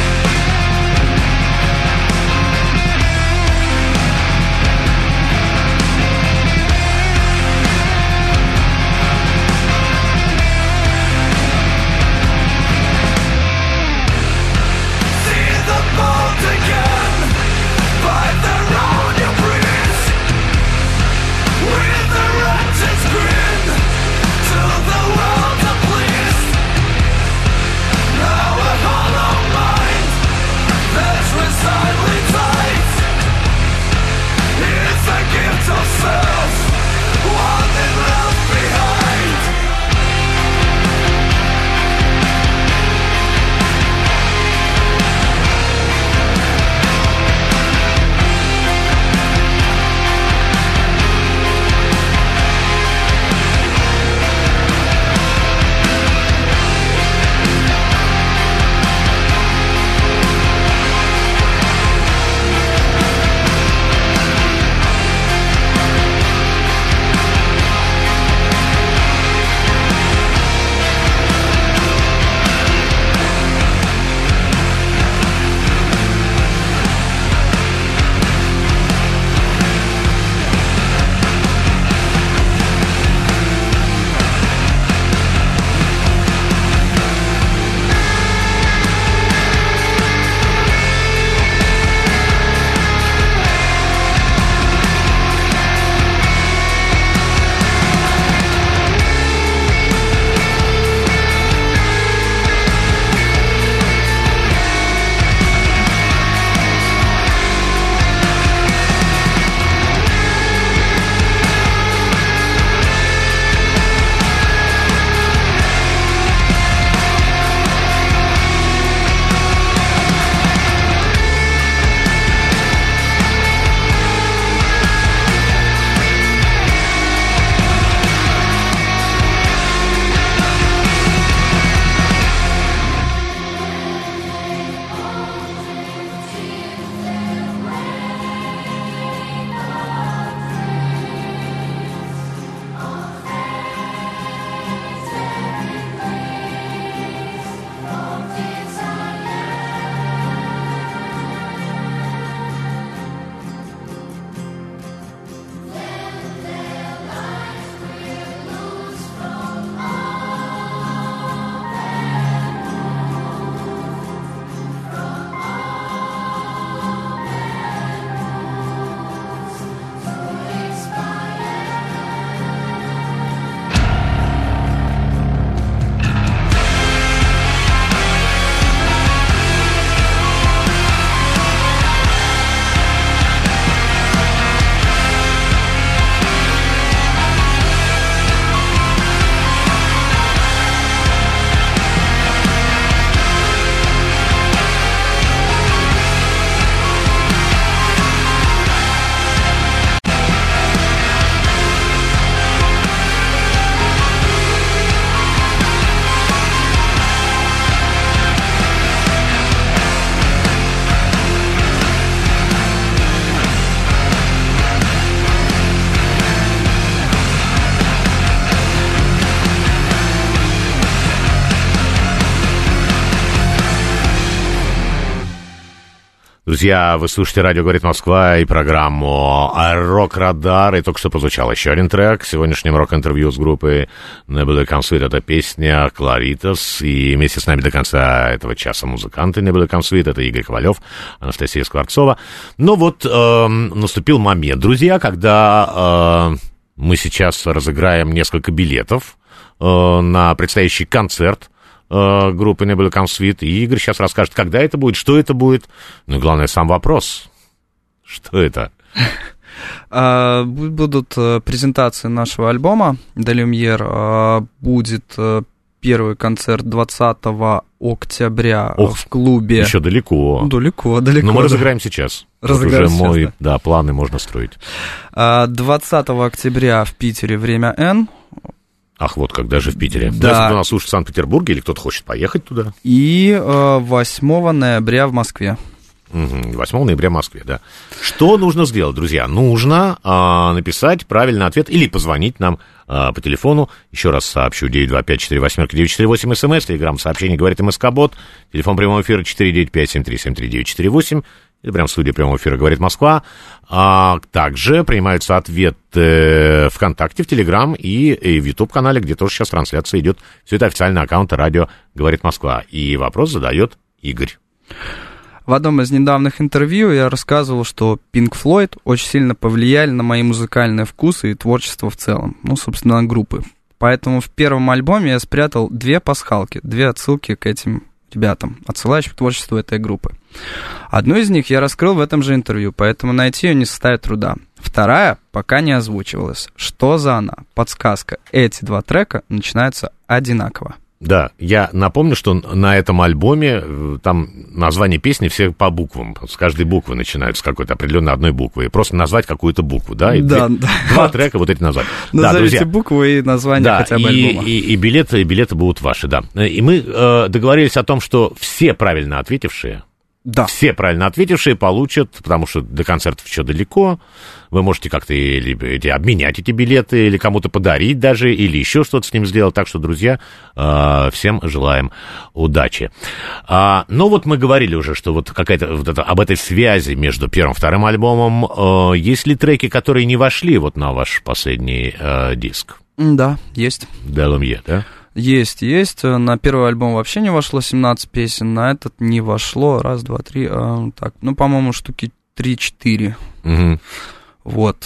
Друзья, вы слушаете «Радио говорит Москва» и программу «Рок-Радар». И только что прозвучал еще один трек. В сегодняшнем рок-интервью с группой Nebula Comes Sweet. Это песня «Claritas». И вместе с нами до конца этого часа музыканты Nebula Comes Sweet. Это Игорь Ковалев, Анастасия Скворцова. Но вот э, наступил момент, друзья, когда э, мы сейчас разыграем несколько билетов э, на предстоящий концерт группы Nebula Comes Sweet. И Игорь сейчас расскажет, когда это будет, что это будет. Ну и главное, сам вопрос. Что это? Будут презентации нашего альбома «De Lumière». Будет первый концерт двадцатого октября Ох, в клубе. Еще далеко. Далеко, далеко. Но мы разыграем сейчас. Разыграем вот уже сейчас, мой, да. да, планы можно строить. двадцатого октября в Питере «Время Н». Ах, вот когда же в Питере. Да. Если кто нас слушает в Санкт-Петербурге, или кто-то хочет поехать туда. И э, восьмого ноября в Москве. Угу, восьмого ноября в Москве, да. Что нужно сделать, друзья? Нужно э, написать правильный ответ или позвонить нам э, по телефону. Еще раз сообщу: девять два пять четыре восемь девять четыре восемь, смс, телеграм сообщение говорит МСК-бот, телефон прямого эфира четыре девять пять семь три семь три девять четыре восемь. Или прямо в студии прямого эфира говорит Москва. А также принимаются ответы ВКонтакте, в Телеграм и, и в Ютуб-канале, где тоже сейчас трансляция идет. Все это официальный аккаунт «Радио говорит Москва». И вопрос задает Игорь. В одном из недавних интервью я рассказывал, что Pink Floyd очень сильно повлияли на мои музыкальные вкусы и творчество в целом. Ну, собственно, на группы. Поэтому в первом альбоме я спрятал две пасхалки, две отсылки к этим ребятам, отсылающих к творчеству этой группы. Одну из них я раскрыл в этом же интервью, поэтому найти ее не составит труда. Вторая пока не озвучивалась. Что за она? Подсказка. Эти два трека начинаются одинаково. Да, я напомню, что на этом альбоме там название песни все по буквам. С каждой буквы начинаются с какой-то определенной одной буквы. И просто назвать какую-то букву, да? И да, две, да. Два трека вот эти назвать. Назовите да, букву и название да, хотя бы и, альбома. И, и, билеты, и билеты будут ваши, да. И мы э, договорились о том, что все правильно ответившие, да. все правильно ответившие получат, потому что до концертов еще далеко. Вы можете как-то или, или обменять эти билеты, или кому-то подарить даже, или еще что-то с ним сделать. Так что, друзья, э, всем желаем удачи. А, но вот мы говорили уже, что вот какая-то вот это, об этой связи между первым и вторым альбомом. Э, есть ли треки, которые не вошли вот на ваш последний э, диск? Да, есть. De Lumière, да? Есть, есть. На первый альбом вообще не вошло семнадцать песен, на этот не вошло. Раз, два, три. Э, так, ну, по-моему, штуки три-четыре. Угу. Вот.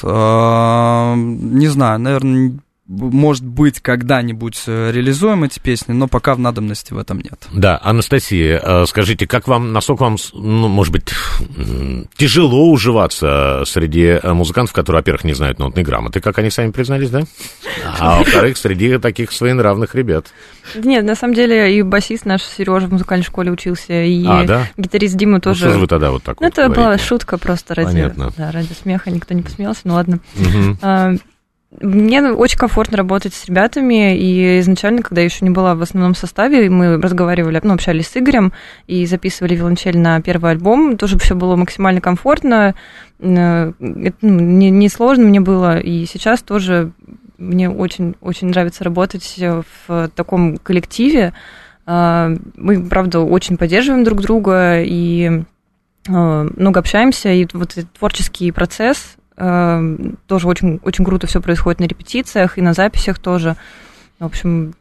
Э, не знаю, наверное, может быть, когда-нибудь реализуем эти песни, но пока в надобности в этом нет. Да, Анастасия, скажите, как вам, насколько вам, ну, может быть, тяжело уживаться среди музыкантов, которые, во-первых, не знают нотной грамоты, как они сами признались, да? А во-вторых, среди таких своенравных ребят. Нет, на самом деле и басист наш Сережа в музыкальной школе учился, и а, да? гитарист Дима тоже. Ну, что же вы тогда вот так ну, вот это говорите? Была шутка просто ради, да, ради смеха, никто не посмеялся, ну ладно. Угу. А, мне очень комфортно работать с ребятами, и изначально, когда я еще не была в основном составе, мы разговаривали, ну, общались с Игорем и записывали виолончель на первый альбом, тоже все было максимально комфортно, это, ну, не, не сложно мне было, и сейчас тоже мне очень-очень нравится работать в таком коллективе. Мы, правда, очень поддерживаем друг друга и много общаемся, и вот этот творческий процесс тоже очень, очень круто все происходит на репетициях и на записях тоже. В общем,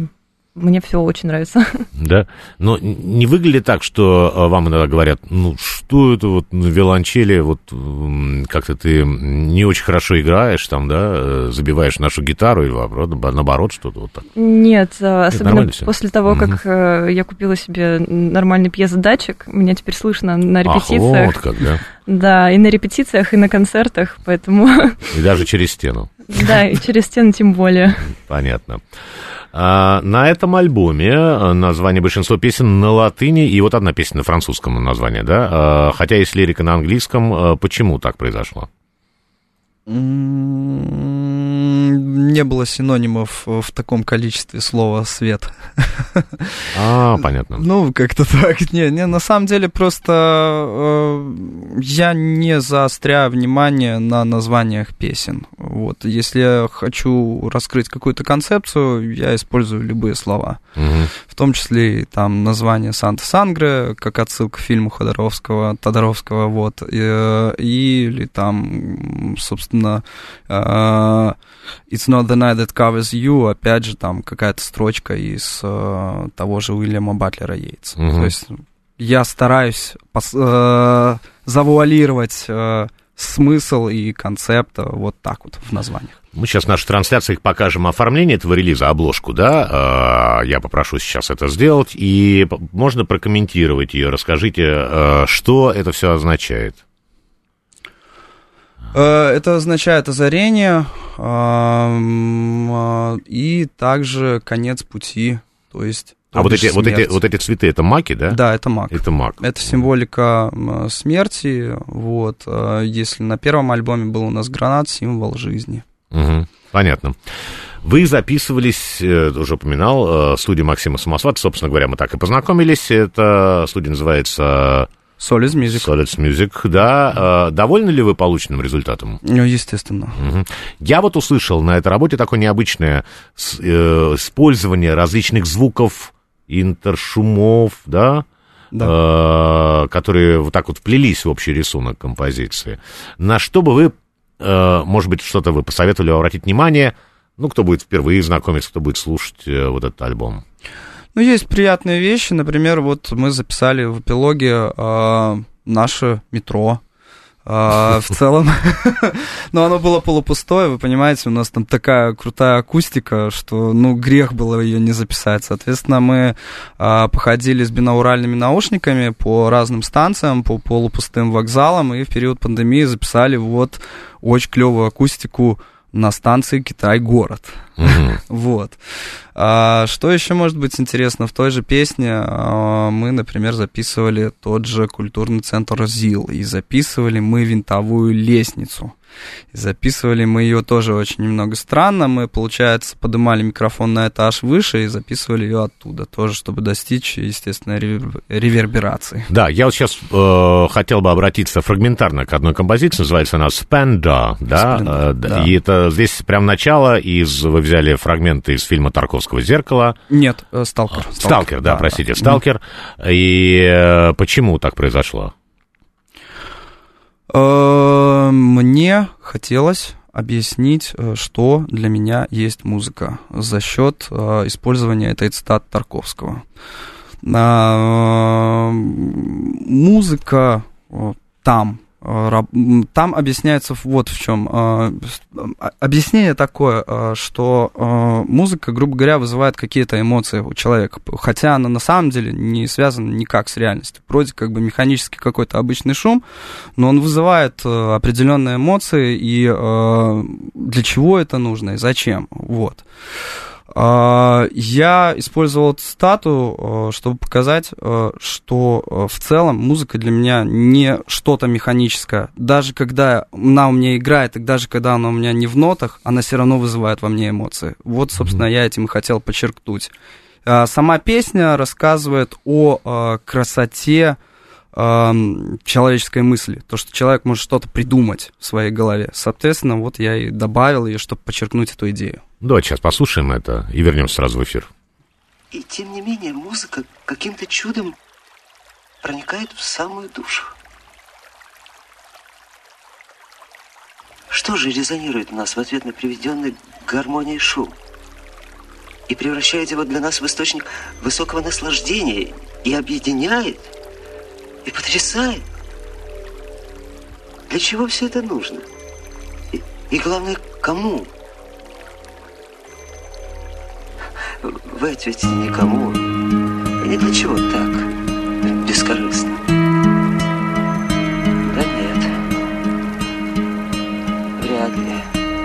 мне все очень нравится. Да, но не выглядит так, что вам иногда говорят, ну, что это вот на виолончели, вот как-то ты не очень хорошо играешь, там, да, забиваешь нашу гитару, или наоборот, что-то вот так? Нет, это особенно после того, как угу. я купила себе нормальный пьезодатчик, меня теперь слышно на репетициях. Ах, вот как, да? Да, и на репетициях, и на концертах, поэтому... И даже через стену. Да, и через стену тем более. Понятно. А, на этом альбоме название большинства песен на латыни, и вот одна песня на французском название, да? А, хотя есть лирика на английском. Почему так произошло? Не было синонимов в таком количестве слова «свет». А, понятно. Ну, как-то так. Не, не, на самом деле просто э, я не заостряю внимание на названиях песен. Вот. Если я хочу раскрыть какую-то концепцию, я использую любые слова. Угу. В том числе и там название «Санта Сангре», как отсылка к фильму Ходоровского, Тодоровского, вот. И, или там, собственно, uh, «It's not the night that covers you», опять же, там какая-то строчка из uh, того же Уильяма Батлера Йейтса. Угу. То есть я стараюсь пос- uh, завуалировать uh, смысл и концепт вот так вот в названиях. Мы сейчас в нашей трансляции покажем оформление этого релиза, обложку, да? Я попрошу сейчас это сделать, и можно прокомментировать ее. Расскажите, что это все означает? Это означает озарение и также конец пути, то есть... А вот эти, вот, эти, вот эти цветы, это маки, да? Да, это мак. Это мак. Это символика смерти, вот. Если на первом альбоме был у нас гранат, символ жизни. Угу, понятно. Вы записывались, уже упоминал, студия Максима Самосвата, собственно говоря, мы так и познакомились. Эта студия называется... Solids Music. Solids Music, да. Довольны ли вы полученным результатом? Ну, естественно. Угу. Я вот услышал на этой работе такое необычное использование различных звуков, интершумов, да, да. Э, которые вот так вот вплелись в общий рисунок композиции. На что бы вы, э, может быть, что-то вы посоветовали обратить внимание, ну, кто будет впервые знакомиться, кто будет слушать э, вот этот альбом? Ну, есть приятные вещи, например, вот мы записали в эпилоге э, наше метро. Uh, в целом, но оно было полупустое, вы понимаете, у нас там такая крутая акустика, что, ну, грех было ее не записать. Соответственно, мы uh, походили с бинауральными наушниками по разным станциям, по полупустым вокзалам, и в период пандемии записали вот очень клевую акустику на станции Китай-город. Mm-hmm. Вот. А, что еще может быть интересно? В той же песне а, мы, например, записывали тот же культурный центр ЗИЛ, и записывали мы винтовую лестницу. И записывали мы ее тоже очень немного странно. Мы, получается, поднимали микрофон на этаж выше и записывали ее оттуда, тоже, чтобы достичь, естественно, реверберации. Да, я вот сейчас э, хотел бы обратиться фрагментарно к одной композиции, называется она «Spandau», да? Spandau, э, да. И это здесь прям начало, из, вы взяли фрагменты из фильма «Тарковского зеркало». Нет, э, «Сталкер». «Сталкер», «Сталкер», да, да, простите, да. «Сталкер». Mm-hmm. И э, почему так произошло? Мне хотелось объяснить, что для меня есть музыка за счет использования этой цитаты Тарковского. Музыка там, там объясняется вот в чем. Объяснение такое, что музыка, грубо говоря, вызывает какие-то эмоции у человека, хотя она на самом деле не связана никак с реальностью. Вроде как бы механически какой-то обычный шум, но он вызывает определенные эмоции, и для чего это нужно, и зачем. Вот. Я использовал цитату, чтобы показать, что в целом музыка для меня не что-то механическое. Даже когда она у меня играет, и даже когда она у меня не в нотах, она все равно вызывает во мне эмоции. Вот, собственно, я этим и хотел подчеркнуть. Сама песня рассказывает о красоте человеческой мысли, то, что человек может что-то придумать в своей голове. Соответственно, вот я и добавил ее, чтобы подчеркнуть эту идею. Давайте сейчас послушаем это и вернемся сразу в эфир. И тем не менее, музыка каким-то чудом проникает в самую душу. Что же резонирует у нас в ответ на приведенный к гармонии шум? И превращает его для нас в источник высокого наслаждения и объединяет, и потрясает. Для чего все это нужно? И, и главное, кому? Вы ответите никому. И не для чего так, бескорыстно. Да нет. Вряд ли.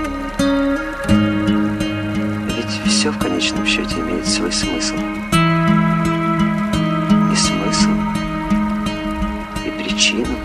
Ведь все в конечном счете имеет свой смысл. И смысл, и причину.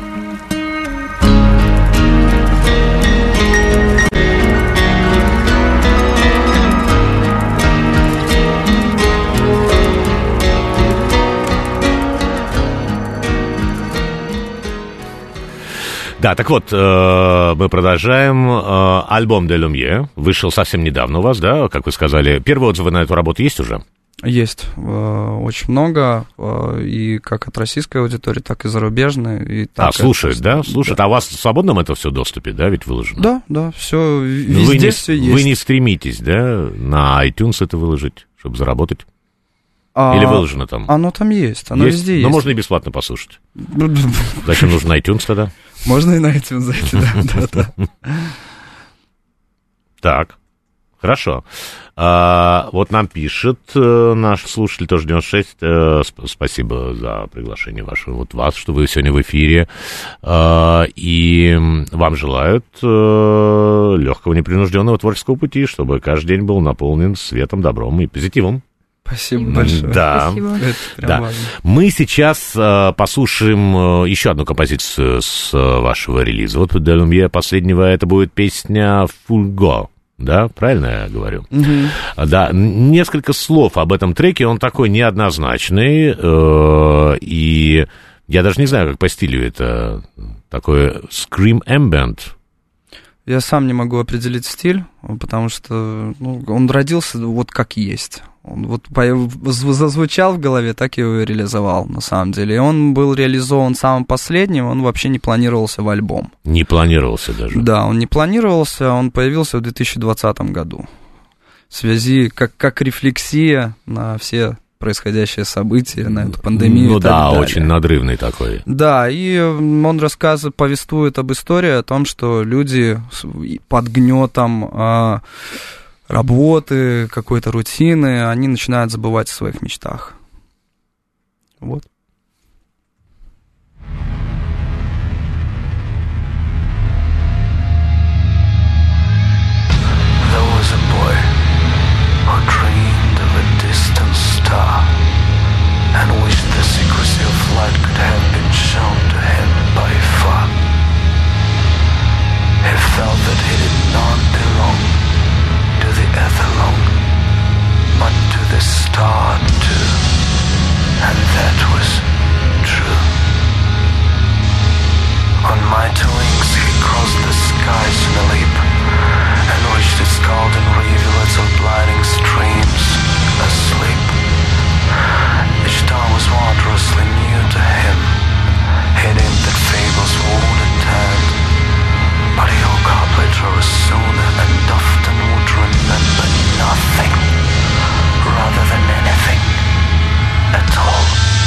Да, так вот, э, мы продолжаем. Э, альбом «De Lumière» вышел совсем недавно у вас, да, как вы сказали. Первые отзывы на эту работу есть уже? Есть. Э, очень много. Э, и как от российской аудитории, так и зарубежной. И так а, слушают, это... да? Слушают. Да. А у вас в свободном это все доступе, да, ведь выложено? Да, да, все везде вы не, все есть. Вы не стремитесь, да, на iTunes это выложить, чтобы заработать? А, Или выложено там? Оно там есть, оно есть? везде Но есть. Но можно и бесплатно послушать. Зачем нужен iTunes тогда? Можно и на iTunes зайти, да, да, да. Так, хорошо. А, вот нам пишет э, наш слушатель, тоже девяносто шесть, э, сп- спасибо за приглашение ваше, вот вас, что вы сегодня в эфире, э, и вам желают э, легкого, непринужденного творческого пути, чтобы каждый день был наполнен светом, добром и позитивом. Спасибо большое. Да, Спасибо. Это прям да. важно. Мы сейчас э, послушаем э, еще одну композицию с э, вашего релиза. Вот «De Lumière» последнего, это будет песня «Fulgo». Да, правильно я говорю? Угу. Да, несколько слов об этом треке, он такой неоднозначный, э, и я даже не знаю, как по стилю это, такой scream ambient. Я сам не могу определить стиль, потому что ну, он родился вот как есть. Он вот зазвучал в голове, так и его реализовал, на самом деле. И он был реализован самым последним, он вообще не планировался в альбом. Не планировался даже? Да, он не планировался, он появился в две тысячи двадцатом году. В связи, как, как рефлексия на все происходящие события, на эту пандемию. Ну и так да, далее. очень надрывный такой. Да, и он рассказывает, повествует об истории, о том, что люди под гнетом а, работы, какой-то рутины, они начинают забывать о своих мечтах. Вот. And wished the secrecy of light could have been shown to him by far. He felt that he did not belong to the earth alone, but to the star too, and that was true. On mighty wings he crossed the skies in a leap, and reached its golden rivulets of blinding streams asleep. Each star was wondrously new to him. He deemed that fables would attend, but he woke up later soon and often would remember nothing rather than anything at all.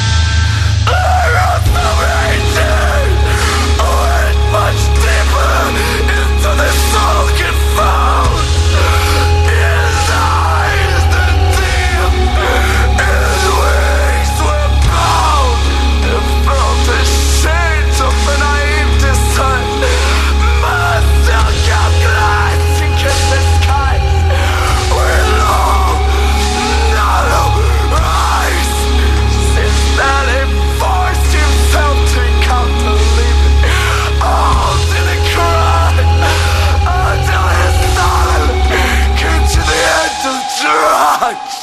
Went much deeper into the soul confound. His eyes the deep, his wings were bound. He felt the shades of an naive desire. Master kept glancing at the skies with long, narrow eyes. Since then he forced himself to encounter living all till he cried, until his soul came to the end of drugs.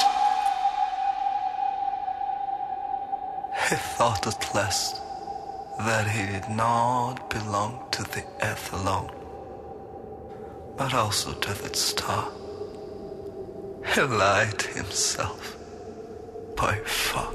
He thought at last that he did not belong to the earth alone, but also to that star. He lied to himself by far.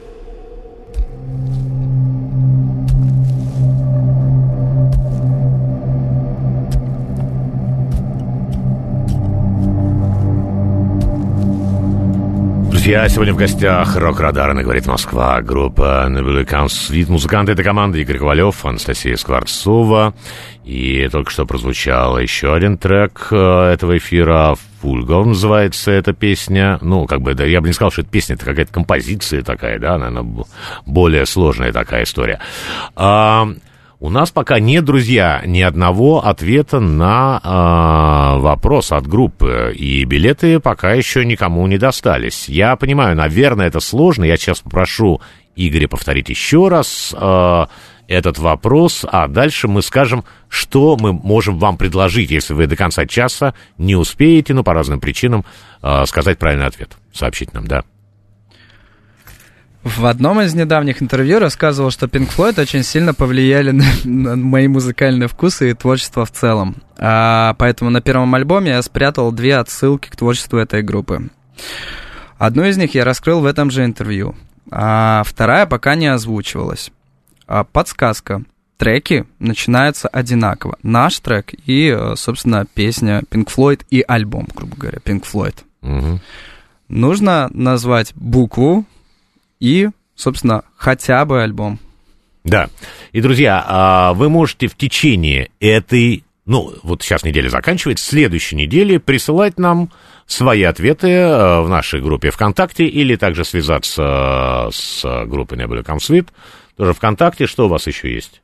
Друзья, сегодня в гостях «Рок-Радар», говорит Москва, группа «Nebula Counts Suite». Музыканты этой команды Игорь Ковалев, Анастасия Скворцова. И только что прозвучал еще один трек этого эфира. «Fulgo» называется эта песня. Ну, как бы, да, я бы не сказал, что это песня, это какая-то композиция такая, да, наверное, более сложная такая история. А, у нас пока нет, друзья, ни одного ответа на а, вопрос от группы, и билеты пока еще никому не достались. Я понимаю, наверное, это сложно. Я сейчас попрошу Игоря повторить еще раз а, этот вопрос, а дальше мы скажем, что мы можем вам предложить, если вы до конца часа не успеете, ну, по разным причинам, а, сказать правильный ответ, сообщить нам, да. В одном из недавних интервью рассказывал, что Pink Floyd очень сильно повлияли на, на мои музыкальные вкусы и творчество в целом. А, поэтому на первом альбоме я спрятал две отсылки к творчеству этой группы. Одну из них я раскрыл в этом же интервью, а вторая пока не озвучивалась. А, подсказка. Треки начинаются одинаково. Наш трек и, собственно, песня Pink Floyd и альбом, грубо говоря, Pink Floyd. Угу. Нужно назвать букву и, собственно, хотя бы альбом. Да. И, друзья, вы можете в течение этой, ну, вот сейчас неделя заканчивается, следующей недели присылать нам свои ответы в нашей группе ВКонтакте или также связаться с группой Nebula Comes With, тоже ВКонтакте. Что у вас еще есть?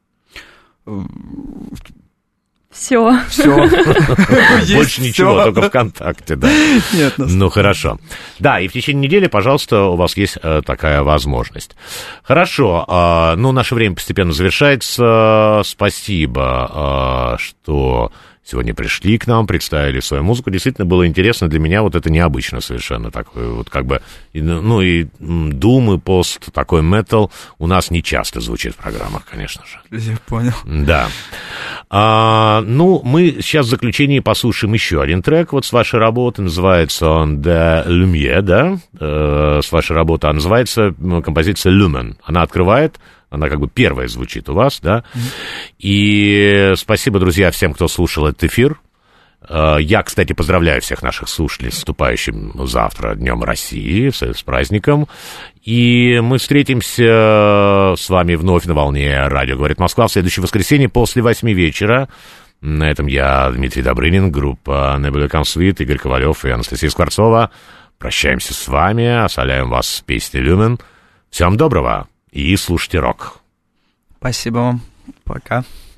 Все. Все. Больше ничего, только ВКонтакте, да. Нет, ну хорошо. Да, и в течение недели, пожалуйста, у вас есть э, такая возможность. Хорошо, э, ну, наше время постепенно завершается. Спасибо, э, что сегодня пришли к нам, представили свою музыку. Действительно было интересно для меня, вот это необычно совершенно такое, вот как бы, ну, и дум, и пост, такой метал у нас не часто звучит в программах, конечно же. Я понял. Да. А, ну, мы сейчас в заключении послушаем еще один трек вот с вашей работы, называется он «De Lumière», да, э, с вашей работы, а называется композиция «Lumen». Она открывает, она как бы первая звучит у вас, да, mm-hmm. И спасибо, друзья, всем, кто слушал этот эфир. Я, кстати, поздравляю всех наших слушателей с наступающим завтра Днем России, с, с праздником. И мы встретимся с вами вновь на волне «Радио говорит Москва» в следующее воскресенье после восьми вечера. На этом я, Дмитрий Добрынин, группа Nebula Comes With, Игорь Ковалев и Анастасия Скворцова. Прощаемся с вами, оставляем вас с песней «Люмен». Всем доброго и слушайте рок. Спасибо вам. Пока.